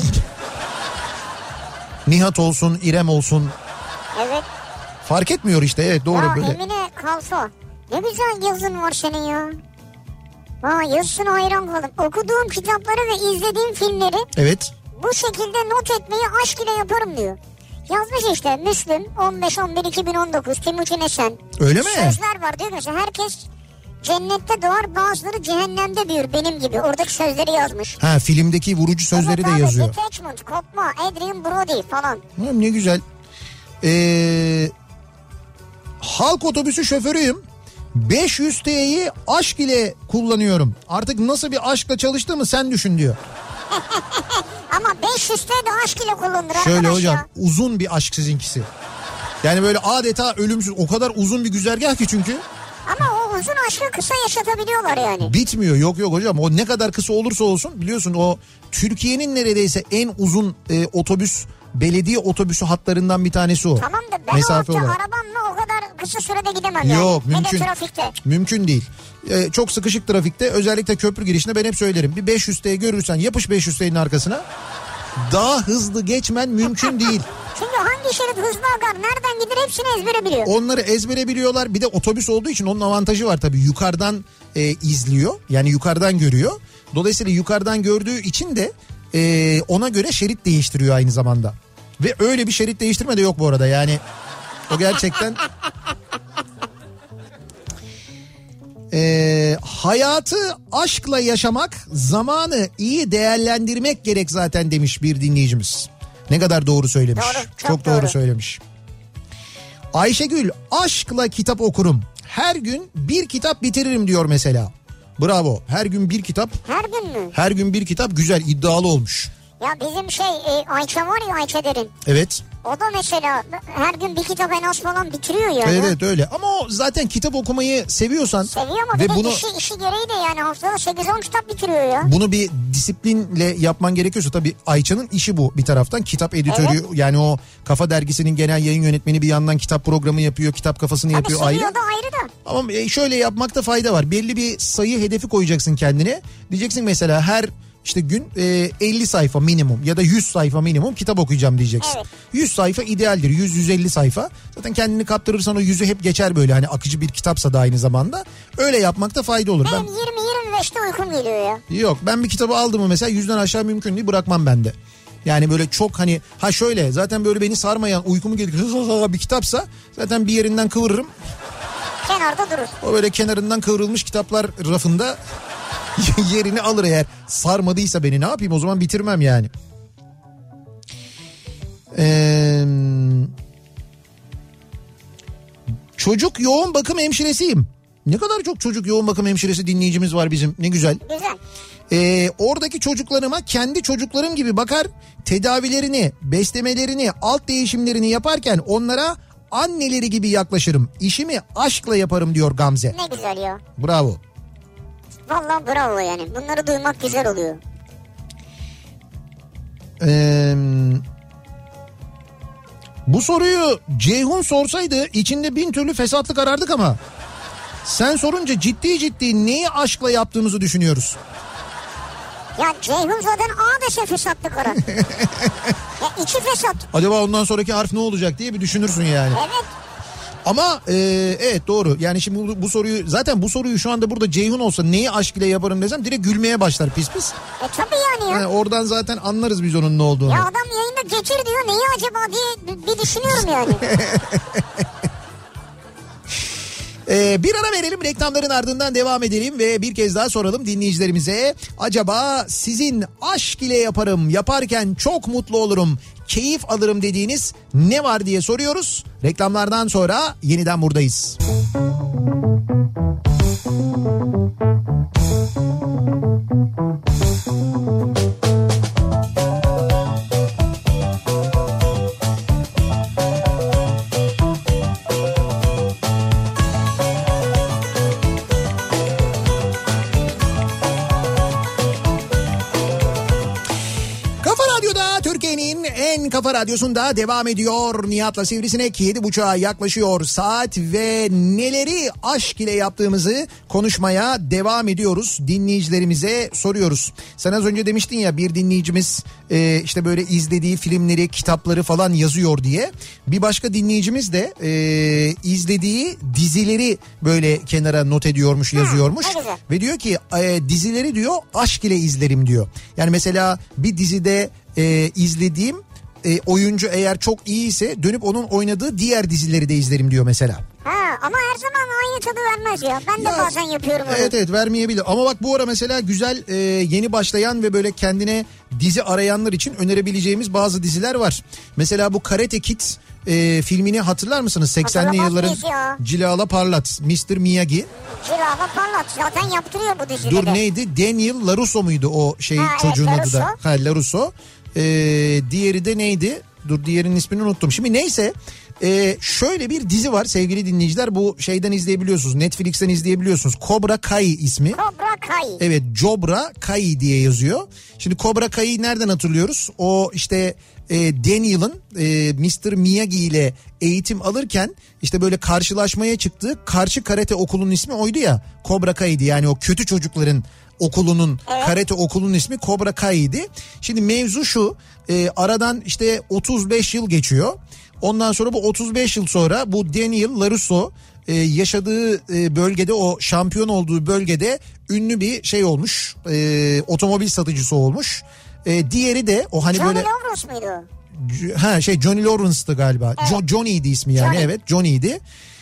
Nihat olsun, İrem olsun. Evet. Fark etmiyor işte, evet doğru ya böyle. Emine Kalfa. Ne güzel yazın var senin ya. Yazısına hayran kaldım. Okuduğum kitapları ve izlediğim filmleri evet. Bu şekilde not etmeyi aşk ile yaparım diyor. Yazmış işte Müslüm 15-11-2019 Timuçin Esen. Öyle mi? Sözler var diyor mesela herkes cennette doğar bazıları cehennemde büyür benim gibi. Oradaki sözleri yazmış. Ha filmdeki vurucu sözleri de yazıyor. Detachment, kopma, Adrian Brody falan. Ne güzel. Halk otobüsü şoförüyüm. 500 TL'yi aşk ile kullanıyorum. Artık nasıl bir aşkla çalıştığımı sen düşün diyor. Ama 500 TL de aşk ile kullanılır şöyle arkadaş hocam ya. Uzun bir aşk sizinkisi. Yani böyle adeta ölümsüz, o kadar uzun bir güzergah ki çünkü. Ama o uzun aşkı kısa yaşatabiliyorlar yani. Bitmiyor, yok hocam, o ne kadar kısa olursa olsun biliyorsun o Türkiye'nin neredeyse en uzun otobüs, belediye otobüsü hatlarından bir tanesi o. Tamam da ben mesafe o olarak. arabamla o kadar kısa sürede gidemem yani. Yok, mümkün. Ne de trafikte. Mümkün değil. Çok sıkışık trafikte, özellikle köprü girişinde ben hep söylerim. Bir 500T görürsen yapış 500T'nin arkasına. Daha hızlı geçmen mümkün değil. Çünkü hangi şerit hızlı akar, nereden gider hepsini ezbere biliyor. Onları ezbere biliyorlar. Bir de otobüs olduğu için onun avantajı var tabii. Yukarıdan izliyor. Yani yukarıdan görüyor. Dolayısıyla yukarıdan gördüğü için de ona göre şerit değiştiriyor aynı zamanda. Ve öyle bir şerit değiştirme de yok bu arada. Yani o gerçekten... hayatı aşkla yaşamak, zamanı iyi değerlendirmek gerek zaten demiş bir dinleyicimiz. Ne kadar doğru söylemiş. Doğru, çok doğru söylemiş. Ayşegül, aşkla kitap okurum. Her gün bir kitap bitiririm diyor mesela. Bravo. Her gün bir kitap. Her gün mü? Her gün bir kitap, güzel, iddialı olmuş. Ya bizim Ayça var ya, Ayça Derin. Evet. O da mesela her gün bir kitap en az falan bitiriyor yani. Evet öyle, ama o zaten kitap okumayı seviyorsan. Seviyor ama ve bir de bunu, işi gereği de yani haftada 8-10 kitap bitiriyor ya. Bunu bir disiplinle yapman gerekiyorsa, tabii Ayça'nın işi bu bir taraftan. Kitap editörü, evet. Yani o Kafa Dergisi'nin genel yayın yönetmeni, bir yandan kitap programı yapıyor, kitap kafasını tabii yapıyor seviyor ayrı. da ayrı da. Ama şöyle yapmakta fayda var. Belli bir sayı hedefi koyacaksın kendine. Diyeceksin mesela her İşte gün 50 sayfa minimum ya da 100 sayfa minimum kitap okuyacağım diyeceksin. Evet. 100 sayfa idealdir. 100-150 sayfa. Zaten kendini kaptırırsan o 100'ü hep geçer böyle. Hani akıcı bir kitapsa da aynı zamanda. Öyle yapmakta fayda olur. Benim 20-25'te uykum geliyor ya. Yok, ben bir kitabı aldım mı mesela 100'den aşağı mümkün değil, bırakmam ben de. Yani böyle çok hani şöyle zaten böyle beni sarmayan, uykumu gelir bir kitapsa zaten bir yerinden kıvırırım. Kenarda durur. O böyle kenarından kıvrılmış kitaplar rafında yerini alır eğer sarmadıysa beni, ne yapayım o zaman, bitirmem yani. Çocuk yoğun bakım hemşiresiyim. Ne kadar çok çocuk yoğun bakım hemşiresi dinleyicimiz var bizim, ne güzel. Güzel. Oradaki çocuklarıma kendi çocuklarım gibi bakar, tedavilerini, beslemelerini, alt değişimlerini yaparken onlara anneleri gibi yaklaşırım. İşimi aşkla yaparım diyor Gamze. Ne güzel ya. Bravo. Vallahi bravo yani. Bunları duymak güzel oluyor. Bu soruyu Ceyhun sorsaydı içinde 1000 türlü fesatlık arardık ama sen sorunca ciddi neyi aşkla yaptığımızı düşünüyoruz. Ya Ceyhun zaten A dese fesatlık arar. Ya içi fesat. Acaba ondan sonraki harf ne olacak diye bir düşünürsün yani. Evet. Ama evet doğru. Yani şimdi bu soruyu şu anda burada Ceyhun olsa neyi aşk ile yaparım desem direkt gülmeye başlar pis pis. Tabii yani ya. Yani oradan zaten anlarız biz onun ne olduğunu. Ya adam yayında geçir diyor, neyi acaba diye bir düşünüyorum yani. Bir ara verelim, reklamların ardından devam edelim ve bir kez daha soralım dinleyicilerimize. Acaba sizin aşk ile yaparken çok mutlu olurum, keyif alırım dediğiniz ne var diye soruyoruz. Reklamlardan sonra yeniden buradayız. Kafa Radyosu'nda devam ediyor. Nihat'la Sivrisinek, 7.30'a yaklaşıyor saat ve neleri aşk ile yaptığımızı konuşmaya devam ediyoruz. Dinleyicilerimize soruyoruz. Sen az önce demiştin ya, bir dinleyicimiz işte böyle izlediği filmleri, kitapları falan yazıyor diye. Bir başka dinleyicimiz de izlediği dizileri böyle kenara not ediyormuş, yazıyormuş. Ve diyor ki dizileri diyor aşk ile izlerim diyor. Yani mesela bir dizide izlediğim oyuncu eğer çok iyiyse dönüp onun oynadığı diğer dizileri de izlerim diyor mesela. Ama her zaman aynı tadı vermez ya. Ben de bazen yapıyorum onu. Evet vermeyebilir. Ama bak bu ara mesela güzel yeni başlayan ve böyle kendine dizi arayanlar için önerebileceğimiz bazı diziler var. Mesela bu Karate Kid filmini hatırlar mısınız? 80'li yılların Cilala Parlat, Mr. Miyagi. Cilala Parlat zaten yaptırıyor bu dizide. Dur neydi? Daniel LaRusso muydu o çocuğun adı da? LaRusso. Diğeri de neydi? Dur diğerinin ismini unuttum. Şimdi neyse Şöyle bir dizi var sevgili dinleyiciler, bu şeyden izleyebiliyorsunuz, Netflix'ten izleyebiliyorsunuz. Cobra Kai ismi. Cobra Kai. Evet, Cobra Kai diye yazıyor. Şimdi Cobra Kai'yi nereden hatırlıyoruz? O işte Daniel'ın Mr. Miyagi ile eğitim alırken işte böyle karşılaşmaya çıktığı karşı karate okulunun ismi oydu ya, Cobra Kai'di. Yani o kötü çocukların okulunun, evet, karate okulunun ismi Cobra Kai'di. Şimdi mevzu şu, aradan işte 35 yıl geçiyor. Ondan sonra bu 35 yıl sonra bu Daniel LaRusso yaşadığı bölgede, o şampiyon olduğu bölgede ünlü bir şey olmuş, otomobil satıcısı olmuş. Diğeri de o hani Johnny böyle... Lawrence mıydı o? Ha Johnny Lawrence'tı galiba. Evet. Johnny'ydi ismi yani. Johnny. Evet, Johnny'ydi.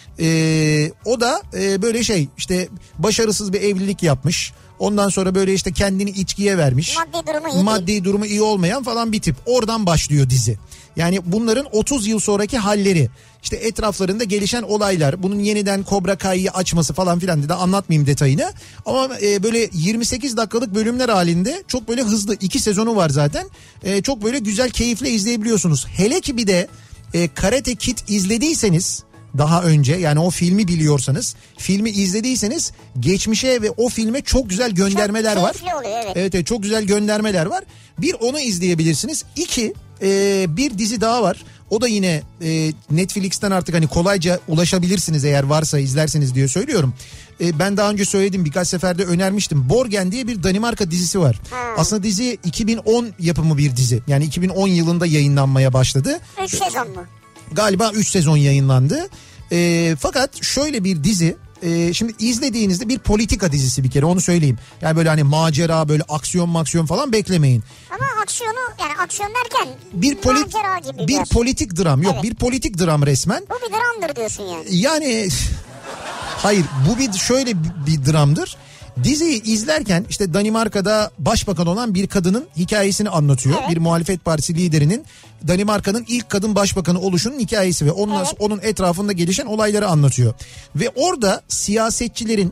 O da böyle şey işte başarısız bir evlilik yapmış. Ondan sonra böyle işte kendini içkiye vermiş. Maddi durumu iyi olmayan falan bir tip. Oradan başlıyor dizi. Yani bunların 30 yıl sonraki halleri. İşte etraflarında gelişen olaylar. Bunun yeniden Cobra Kai'yi açması falan filan, de anlatmayayım detayını. Ama böyle 28 dakikalık bölümler halinde çok böyle hızlı, 2 sezonu var zaten. Çok böyle güzel, keyifle izleyebiliyorsunuz. Hele ki bir de Karate Kid izlediyseniz daha önce, yani o filmi biliyorsanız, filmi izlediyseniz geçmişe ve o filme çok güzel göndermeler var. Oluyor, evet. Evet, çok güzel göndermeler var. Bir, onu izleyebilirsiniz. İki, bir dizi daha var. O da yine Netflix'ten artık hani kolayca ulaşabilirsiniz eğer varsa izlersiniz diye söylüyorum. Ben daha önce söyledim, birkaç seferde önermiştim. Borgen diye bir Danimarka dizisi var. Aslında dizi 2010 yapımı bir dizi. Yani 2010 yılında yayınlanmaya başladı. 3 sezon mu? Galiba 3 sezon yayınlandı. Fakat şöyle bir dizi. Şimdi izlediğinizde bir politika dizisi, bir kere onu söyleyeyim. Yani böyle hani macera, böyle aksiyon falan beklemeyin. Ama aksiyonu, yani aksiyon derken macera gibi. Bir politik dram, yok, evet, bir politik dram resmen. Bu bir dramdır diyorsun yani. Yani hayır, bu bir şöyle bir dramdır. Diziyi izlerken işte Danimarka'da başbakan olan bir kadının hikayesini anlatıyor. Evet. Bir muhalefet partisi liderinin Danimarka'nın ilk kadın başbakanı oluşunun hikayesi ve onun etrafında gelişen olayları anlatıyor. Ve orada siyasetçilerin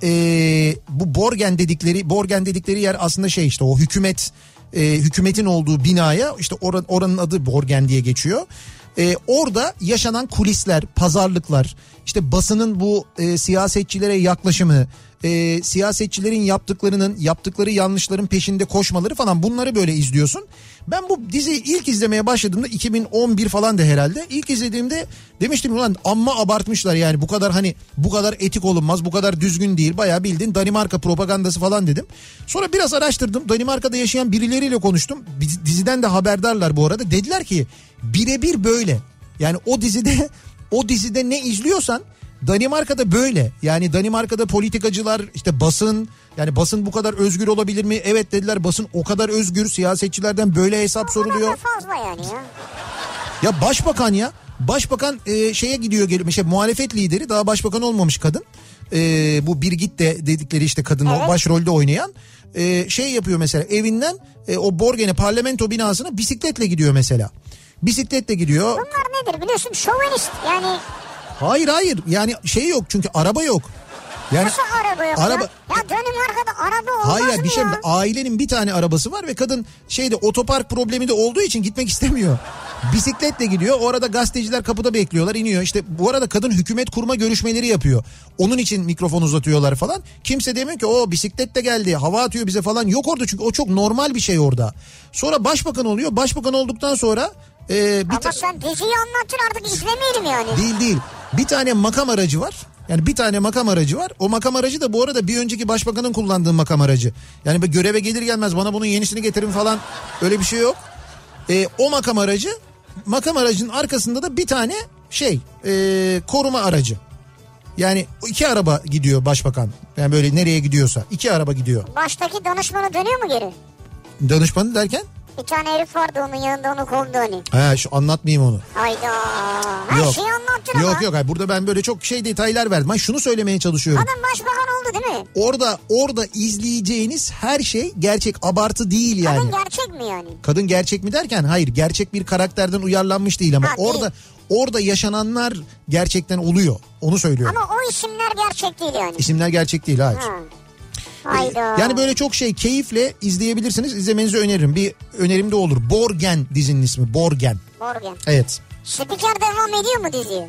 bu Borgen dedikleri yer aslında şey, işte o hükümetin olduğu binaya, işte oranın adı Borgen diye geçiyor. Orada yaşanan kulisler, pazarlıklar, işte basının bu siyasetçilere yaklaşımı, siyasetçilerin yaptıkları yanlışların peşinde koşmaları falan, bunları böyle izliyorsun. Ben bu diziyi ilk izlemeye başladığımda 2011 falan da herhalde. İlk izlediğimde demiştim ulan amma abartmışlar yani, bu kadar etik olunmaz, bu kadar düzgün değil, bayağı bildiğin Danimarka propagandası falan dedim. Sonra biraz araştırdım, Danimarka'da yaşayan birileriyle konuştum. Diziden de haberdarlar bu arada. Dediler ki birebir böyle. Yani o dizide ne izliyorsan Danimarka'da böyle. Yani Danimarka'da politikacılar, işte basın, yani basın bu kadar özgür olabilir mi? Evet dediler, basın o kadar özgür, siyasetçilerden böyle hesap soruluyor. Fazla yani ya. Ya başbakan şeye gidiyor, işte muhalefet lideri, daha başbakan olmamış kadın. Bu Birgitte dedikleri işte kadın, evet, o başrolde oynayan şey yapıyor mesela, evinden o Borgen'e, parlamento binasına bisikletle gidiyor mesela. Bisikletle gidiyor. Bunlar nedir biliyorsun, şovenist yani. Hayır yani şey yok çünkü, araba yok. Yani nasıl araba yok ya? Ya Danimarka'da araba olmaz mı ya? Bir şey, ailenin bir tane arabası var ve kadın otopark problemi de olduğu için gitmek istemiyor. Bisikletle gidiyor. Orada gazeteciler kapıda bekliyorlar, iniyor. İşte bu arada kadın hükümet kurma görüşmeleri yapıyor. Onun için mikrofon uzatıyorlar falan. Kimse demiyor ki o bisikletle geldi, hava atıyor bize falan. Yok orada, çünkü o çok normal bir şey orada. Sonra başbakan oluyor. Başbakan olduktan sonra ama sen diziyi anlattın artık, izlemeyelim yani. Değil. Bir tane makam aracı var. Yani bir tane makam aracı var. O makam aracı da bu arada bir önceki başbakanın kullandığı makam aracı. Yani göreve gelir gelmez bana bunun yenisini getirin falan, öyle bir şey yok. O makam aracının arkasında da bir tane koruma aracı. Yani 2 araba gidiyor başbakan. Yani böyle nereye gidiyorsa 2 araba gidiyor. Baştaki danışmanı dönüyor mu geri? Danışmanı derken? Bir tane herif vardı onun yanında, onu kovdu hani. Şu anlatmayayım onu. Hayda. Her şeyi anlattın ama. Yok hayır, burada ben böyle çok detaylar verdim. Ben şunu söylemeye çalışıyorum. Kadın başbakan oldu değil mi? Orada izleyeceğiniz her şey gerçek, abartı değil yani. Kadın gerçek mi yani? Kadın gerçek mi derken, hayır, gerçek bir karakterden uyarlanmış değil ama orada yaşananlar gerçekten oluyor. Onu söylüyorum. Ama o isimler gerçek değil yani. İsimler gerçek değil, hayır. Hayda. Yani böyle çok keyifle izleyebilirsiniz. İzlemenizi öneririm. Bir önerim de olur. Borgen dizinin ismi. Borgen. Borgen. Evet. Spiker devam ediyor mu diziye?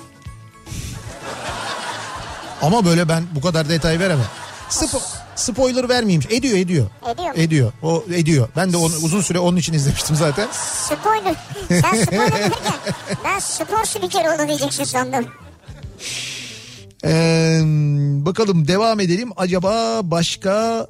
Ama böyle ben bu kadar detay veremem. Spoiler vermeyeyim. Ediyor. Ediyor mu? Ediyor. O ediyor. Ben de onu uzun süre onun için izlemiştim zaten. Spoiler. Sen spoiler derken ben spor spikeri olur diyeceksin sandım. Bakalım devam edelim. Acaba başka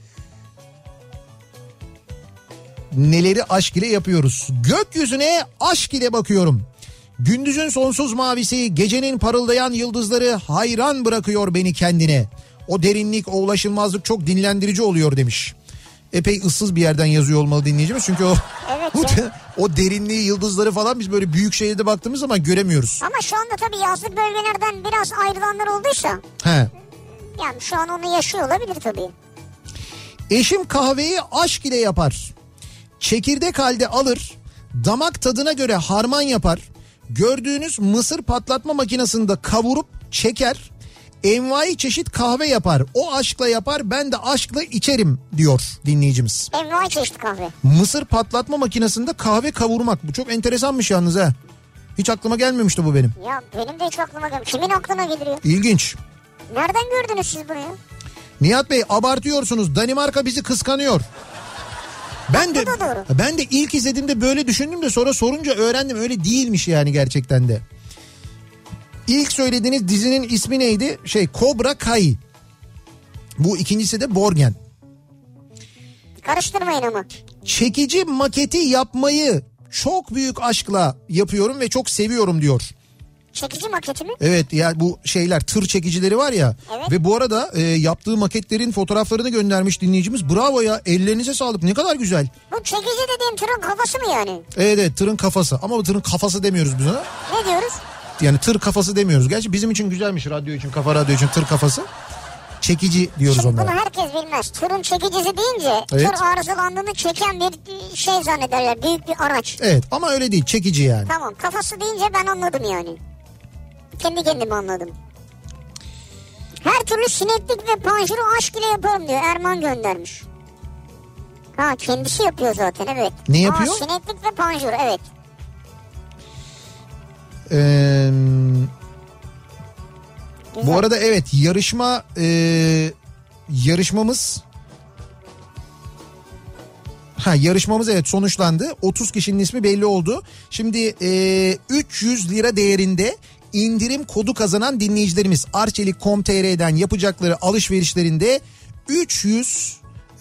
neleri aşk ile yapıyoruz? Gökyüzüne aşk ile bakıyorum. Gündüzün sonsuz mavisi, gecenin parıldayan yıldızları hayran bırakıyor beni kendine. O derinlik, o ulaşılmazlık çok dinlendirici oluyor demiş. Epey ıssız bir yerden yazıyor olmalı dinleyicimiz. Çünkü o o derinliği, yıldızları falan biz böyle büyük şehirde baktığımız zaman göremiyoruz. Ama şu anda tabii yazlık bölgelerden biraz ayrılanlar olduysa. He. Yani şu an onu yaşıyor olabilir tabii. Eşim kahveyi aşk ile yapar. Çekirdek halde alır, damak tadına göre harman yapar. Gördüğünüz mısır patlatma makinesinde kavurup çeker. Envai çeşit kahve yapar. O aşkla yapar, ben de aşkla içerim diyor dinleyicimiz. Envai çeşit kahve. Mısır patlatma makinesinde kahve kavurmak. Bu çok enteresanmış yalnız ha. Hiç aklıma gelmemişti bu benim. Ya benim de hiç aklıma gelmiyor. Kimin aklına geliyor? İlginç. Nereden gördünüz siz bunu ya? Nihat Bey abartıyorsunuz. Danimarka bizi kıskanıyor. Ben de ilk izlediğimde böyle düşündüm de sonra sorunca öğrendim. Öyle değilmiş yani gerçekten de. İlk söylediğiniz dizinin ismi neydi? Cobra Kai. Bu ikincisi de Borgen. Karıştırmayın ama. Çekici maketi yapmayı çok büyük aşkla yapıyorum ve çok seviyorum diyor. Çekici maketi mi? Evet ya bu tır çekicileri var ya. Evet. Ve bu arada yaptığı maketlerin fotoğraflarını göndermiş dinleyicimiz. Bravo ya, ellerinize sağlık, ne kadar güzel. Bu çekici dediğin tırın kafası mı yani? Evet tırın kafası, ama bu tırın kafası demiyoruz biz ona. Ne diyoruz? Yani tır kafası demiyoruz. Gerçi bizim için güzelmiş, radyo için, Kafa Radyo için tır kafası. Çekici diyoruz şimdi onlara. bunu herkes bilmez. Tırın çekicisi deyince evet. Tır arızalandığını çeken bir şey zannederler. Büyük bir araç. Evet ama öyle değil, çekici yani. Tamam, kafası deyince ben anladım yani. Kendi kendime anladım. Her türlü sineklik ve panjuru aşk ile yaparım diyor. Erman göndermiş. Ha, kendisi yapıyor zaten, evet. Ne yapıyor? Sineklik ve panjur, evet. Bu arada evet, yarışmamız evet sonuçlandı. 30 kişinin ismi belli oldu. Şimdi 300 lira değerinde indirim kodu kazanan dinleyicilerimiz Arçelik.com.tr'den yapacakları alışverişlerinde 300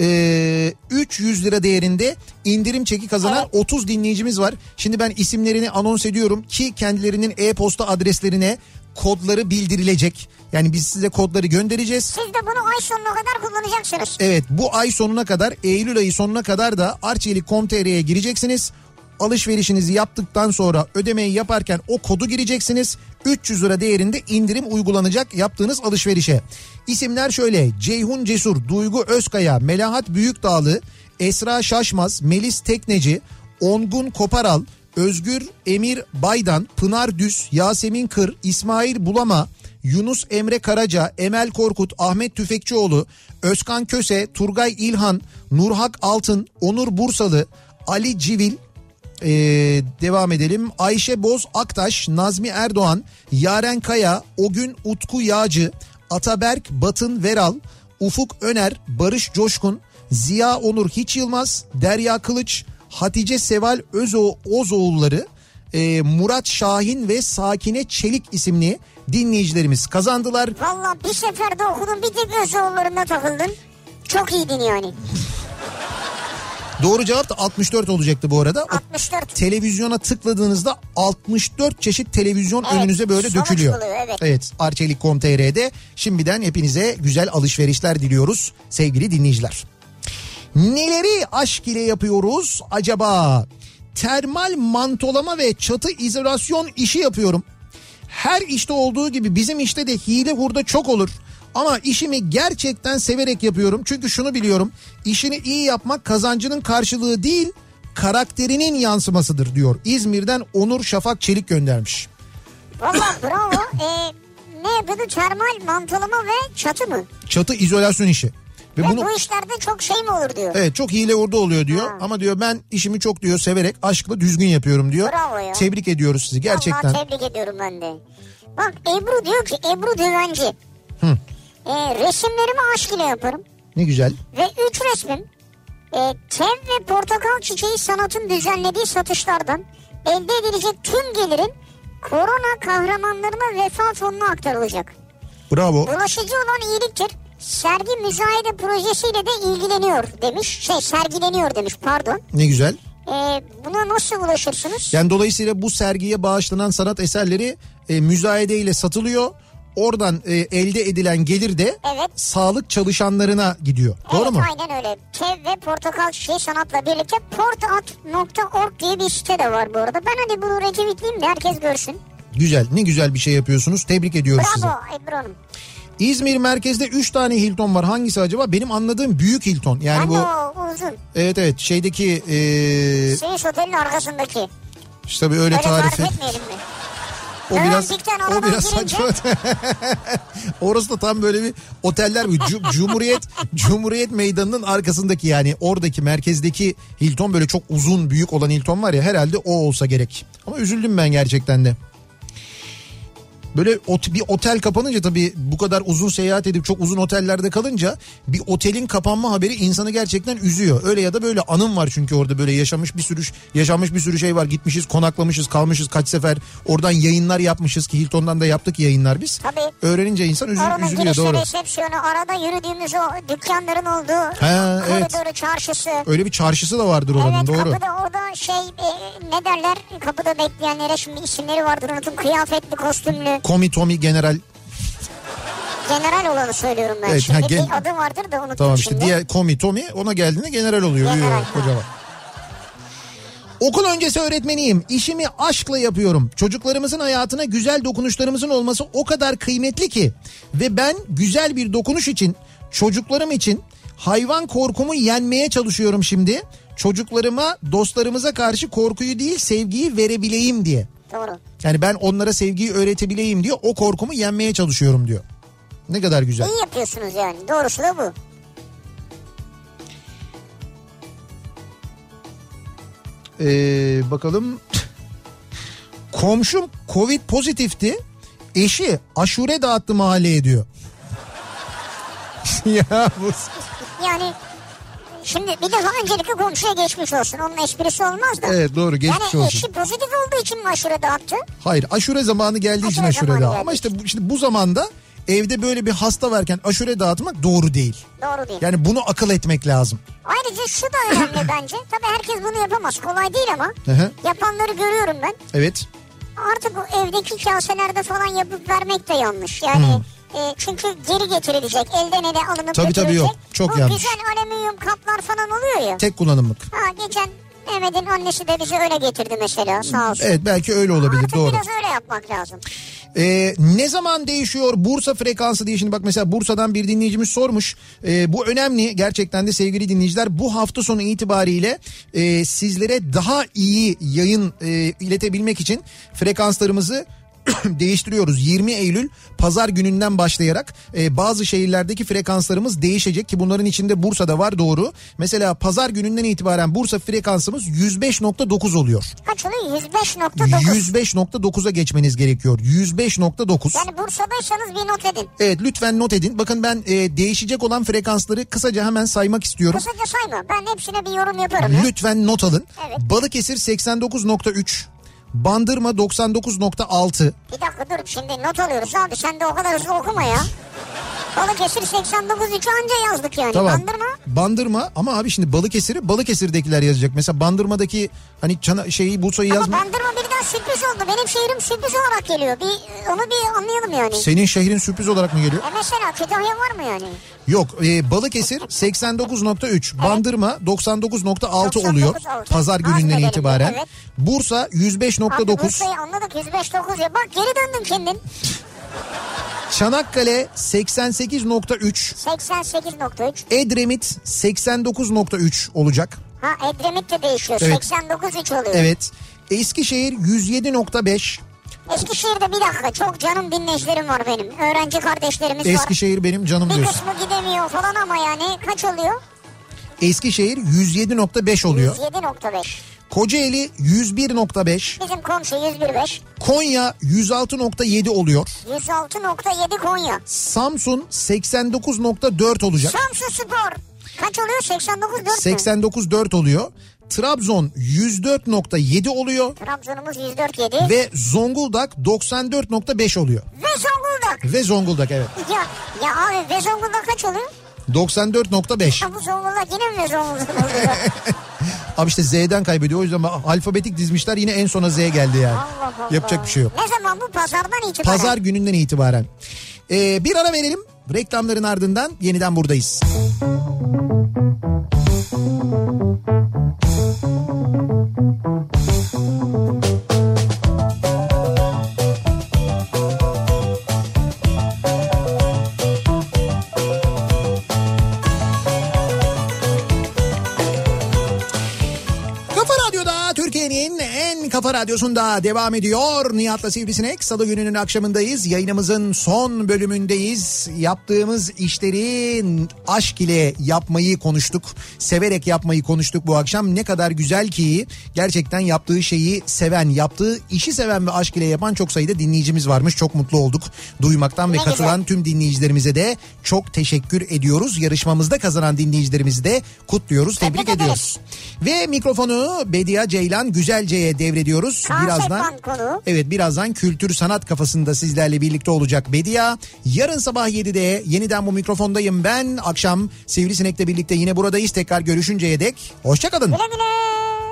lira değerinde indirim çeki kazanan 30 dinleyicimiz var. Şimdi ben isimlerini anons ediyorum ki kendilerinin e-posta adreslerine kodları bildirilecek. Yani biz size kodları göndereceğiz. Siz de bunu ay sonuna kadar kullanacaksınız. Evet, bu ay sonuna kadar, Eylül ayı sonuna kadar da Arçelik.com.tr'ye gireceksiniz. Alışverişinizi yaptıktan sonra ödemeyi yaparken o kodu gireceksiniz. 300 lira değerinde indirim uygulanacak yaptığınız alışverişe. İsimler şöyle: Ceyhun Cesur, Duygu Özkaya, Melahat Büyükdağlı, Esra Şaşmaz, Melis Tekneci, Ongun Koparal, Özgür Emir Baydan, Pınar Düz, Yasemin Kır, İsmail Bulama, Yunus Emre Karaca, Emel Korkut, Ahmet Tüfekçioğlu, Özkan Köse, Turgay İlhan, Nurhak Altın, Onur Bursalı, Ali Civil, devam edelim. Ayşe Boz Aktaş, Nazmi Erdoğan, Yaren Kaya, Ogün Utku Yağcı, Ataberk Batın Veral, Ufuk Öner, Barış Coşkun, Ziya Onur Hiç Yılmaz, Derya Kılıç, Hatice Seval Ozoğulları, Murat Şahin ve Sakine Çelik isimli dinleyicilerimiz kazandılar. Valla bir seferde okudum, bir tek Ozoğulları'na takıldın. Çok iyiydin yani. Doğru cevap da 64 olacaktı bu arada. 64. Televizyona tıkladığınızda 64 çeşit televizyon önünüze böyle dökülüyor. Buluyor, evet Arçelik.com.tr'de şimdiden hepinize güzel alışverişler diliyoruz sevgili dinleyiciler. Neleri aşk ile yapıyoruz acaba? Termal mantolama ve çatı izolasyon işi yapıyorum. Her işte olduğu gibi bizim işte de hile hurda çok olur. Ama işimi gerçekten severek yapıyorum. Çünkü şunu biliyorum: işini iyi yapmak kazancının karşılığı değil, karakterinin yansımasıdır diyor. İzmir'den Onur Şafak Çelik göndermiş. Valla bravo. Ne yapıyordu? Termal mantolama ve çatı mı? Çatı izolasyon işi. Ve bu işlerde çok şey mi olur diyor. Evet, çok hile orada oluyor diyor. Ama diyor ben işimi çok diyor severek, aşkla, düzgün yapıyorum diyor. Bravo ya. Tebrik ediyoruz sizi gerçekten. Vallahi tebrik ediyorum ben de. Bak Ebru diyor ki, Ebru Düvenci. Resimlerimi aşk ile yaparım. Ne güzel. Ve 3 resmim tev ve portakal çiçeği sanatın düzenlediği satışlardan elde edilecek tüm gelirin korona kahramanlarına vefa fonuna aktarılacak. Bravo. Bulaşıcı olan iyiliktir. Sergi müzayede projesiyle de ilgileniyor demiş. Sergileniyor demiş, pardon. Ne güzel. Buna nasıl ulaşırsınız? Yani dolayısıyla bu sergiye bağışlanan sanat eserleri müzayede ile satılıyor. Oradan elde edilen gelir de sağlık çalışanlarına gidiyor. Doğru mu? Evet, aynen öyle. Tev ve portakal çiçeği sanatla birlikte portat.org diye bir site de var bu arada. Ben hadi bunu retweetleyeyim de herkes görsün. Güzel, ne güzel bir şey yapıyorsunuz. Tebrik ediyoruz sizi. Bravo Ebru Hanım. İzmir merkezde 3 tane Hilton var. Hangisi acaba? Benim anladığım büyük Hilton. Yani bu uzun. Evet şeydeki Seyis Otel'in arkasındaki. İşte bir öyle tarifi. Tarif etmeyelim mi? O biraz saçma. Orası da tam böyle bir oteller gibi. Cumhuriyet Meydanı'nın arkasındaki, yani oradaki merkezdeki Hilton, böyle çok uzun büyük olan Hilton var ya, herhalde o olsa gerek. Ama üzüldüm ben gerçekten de. Böyle bir otel kapanınca, tabii bu kadar uzun seyahat edip çok uzun otellerde kalınca bir otelin kapanma haberi insanı gerçekten üzüyor. Öyle ya da böyle anım var çünkü orada böyle yaşanmış bir sürü şey var. Gitmişiz, konaklamışız, kalmışız kaç sefer. Oradan yayınlar yapmışız ki Hilton'dan da yaptık yayınlar biz. Tabii. Öğrenince insan üzülüyor, doğru. Resepsiyonu, arada yürüdüğümüz o dükkanların olduğu koridoru, çarşısı. Öyle bir çarşısı da vardır oranın, evet, doğru. Evet, kapıda orada ne derler, kapıda bekleyenlere şimdi isimleri vardır unuttum, kıyafetli, kostümlü. Komi General. General olanı söylüyorum ben. Evet, şimdi bir adı vardır da unuttum tamam, şimdi. Diğer Komi ona geldiğinde general oluyor. General, kocaman. Okul öncesi öğretmeniyim. İşimi aşkla yapıyorum. Çocuklarımızın hayatına güzel dokunuşlarımızın olması o kadar kıymetli ki. Ve ben güzel bir dokunuş için, çocuklarım için hayvan korkumu yenmeye çalışıyorum şimdi. Çocuklarıma, dostlarımıza karşı korkuyu değil sevgiyi verebileyim diye. Doğru. Yani ben onlara sevgiyi öğretebileyim diyor. O korkumu yenmeye çalışıyorum diyor. Ne kadar güzel. İyi yapıyorsunuz yani. Doğrusu da bu. Bakalım. Komşum Covid pozitifti. Eşi aşure dağıttı mahalleye diyor. Ya bu... Yani şimdi bir defa öncelikle komşuya geçmiş olsun. Onun esprisi olmaz da. Evet, doğru, geçmiş olsun. Yani eşi pozitif olduğu için mi aşure dağıttı? Hayır, aşure zamanı geldiği için aşure dağıttı. Ama işte bu zamanda evde böyle bir hasta varken aşure dağıtmak doğru değil. Doğru değil. Yani bunu akıl etmek lazım. Ayrıca şu da önemli bence. Tabii herkes bunu yapamaz. Kolay değil ama. Yapanları görüyorum ben. Evet. Artık o evdeki kaselerde falan yapıp vermek de yanlış. Yani çünkü geri getirilecek. Elden ele alınıp tabii, götürülecek. yok. Çok bu yanlış. Güzel alüminyum kaplar falan oluyor ya. Tek kullanımlık. Geçen Mehmet'in annesi de bize öyle getirdi mesela, sağ olsun. Evet, belki öyle olabilir, artık doğru. biraz öyle yapmak lazım. Ne zaman değişiyor Bursa frekansı diye, şimdi bak mesela Bursa'dan bir dinleyicimiz sormuş. Bu önemli gerçekten de sevgili dinleyiciler. Bu hafta sonu itibariyle sizlere daha iyi yayın iletebilmek için frekanslarımızı değiştiriyoruz. 20 Eylül pazar gününden başlayarak bazı şehirlerdeki frekanslarımız değişecek ki bunların içinde Bursa'da var, doğru. Mesela pazar gününden itibaren Bursa frekansımız 105.9 oluyor. Kaç oluyor? 105.9. 105.9'a geçmeniz gerekiyor. 105.9. Yani Bursa'daysanız bir not edin. Evet, lütfen not edin. Bakın ben değişecek olan frekansları kısaca hemen saymak istiyorum. Kısaca sayma. Ben hepsine bir yorum yaparım. Lütfen not alın. Evet. Balıkesir 89.3. Bandırma 99.6. Bir dakika dur, şimdi not alıyoruz abi, sen de o kadar hızlı okuma ya. Balıkesir 89.3 anca yazdık yani. Tamam. Bandırma ama abi şimdi Balıkesir'dekiler yazacak. Mesela Bandırma'daki hani Bursa'yı yazma. Ama Bandırma birden sürpriz oldu. Benim şehrim sürpriz olarak geliyor. Onu bir anlayalım yani. Senin şehrin sürpriz olarak mı geliyor? Mesela Kütahya var mı yani? Yok, Balıkesir 89.3, evet. Bandırma 99.6 oluyor pazar gününden itibaren. Evet. Bursa 105.9. Bursa'yı anladık, 105.9 ya. Bak geri döndün kendin. Çanakkale 88.3. 88.3. Edremit 89.3 olacak. Edremit de değişiyor. Evet. 89.3 oluyor. Evet. Eskişehir 107.5. Eskişehir'de bir dakika çok canım dinleyicilerim var benim. Öğrenci kardeşlerimiz var. Eskişehir benim canım bir diyorsun. kısmı gidemiyor falan ama yani kaç oluyor? Eskişehir 107.5 oluyor. 107.5. Kocaeli 101.5. Bizim komşu 101.5. Konya 106.7 oluyor. 106.7 Konya. Samsun 89.4 olacak. Samsun Spor. Kaç oluyor? 89.4 89.4 oluyor. Trabzon 104.7 oluyor. Trabzon'umuz 104.7. Ve Zonguldak 94.5 oluyor. Ve Zonguldak evet. Ya abi ve Zonguldak kaç oluyor? 94.5. Ya bu Zonguldak yine mi ve Zonguldak oluyor? Abi işte Z'den kaybediyor. O yüzden alfabetik dizmişler, yine en sona Z geldi yani. Allah Allah. Yapacak bir şey yok. Ne zaman bu? Pazardan itibaren? Pazar gününden itibaren. Bir ara verelim. Reklamların ardından yeniden buradayız. Kafa Radyosu'nda devam ediyor. Nihat'la Sivrisinek. Salı gününün akşamındayız. Yayınımızın son bölümündeyiz. Yaptığımız işleri aşk ile yapmayı konuştuk. Severek yapmayı konuştuk bu akşam. Ne kadar güzel ki gerçekten yaptığı şeyi seven, yaptığı işi seven ve aşk ile yapan çok sayıda dinleyicimiz varmış. Çok mutlu olduk duymaktan ve katılan tüm dinleyicilerimize de çok teşekkür ediyoruz. Yarışmamızda kazanan dinleyicilerimizi de kutluyoruz, tebrik ediyoruz. Ve mikrofonu Bediye Ceylan Güzelce'ye devrediyoruz. Birazdan kültür sanat kafasında sizlerle birlikte olacak Bediye. Yarın sabah 7'de yeniden bu mikrofondayım ben. Akşam Sivrisinek'le birlikte yine buradayız. Tekrar görüşünceye dek hoşça kalın. Güle güle.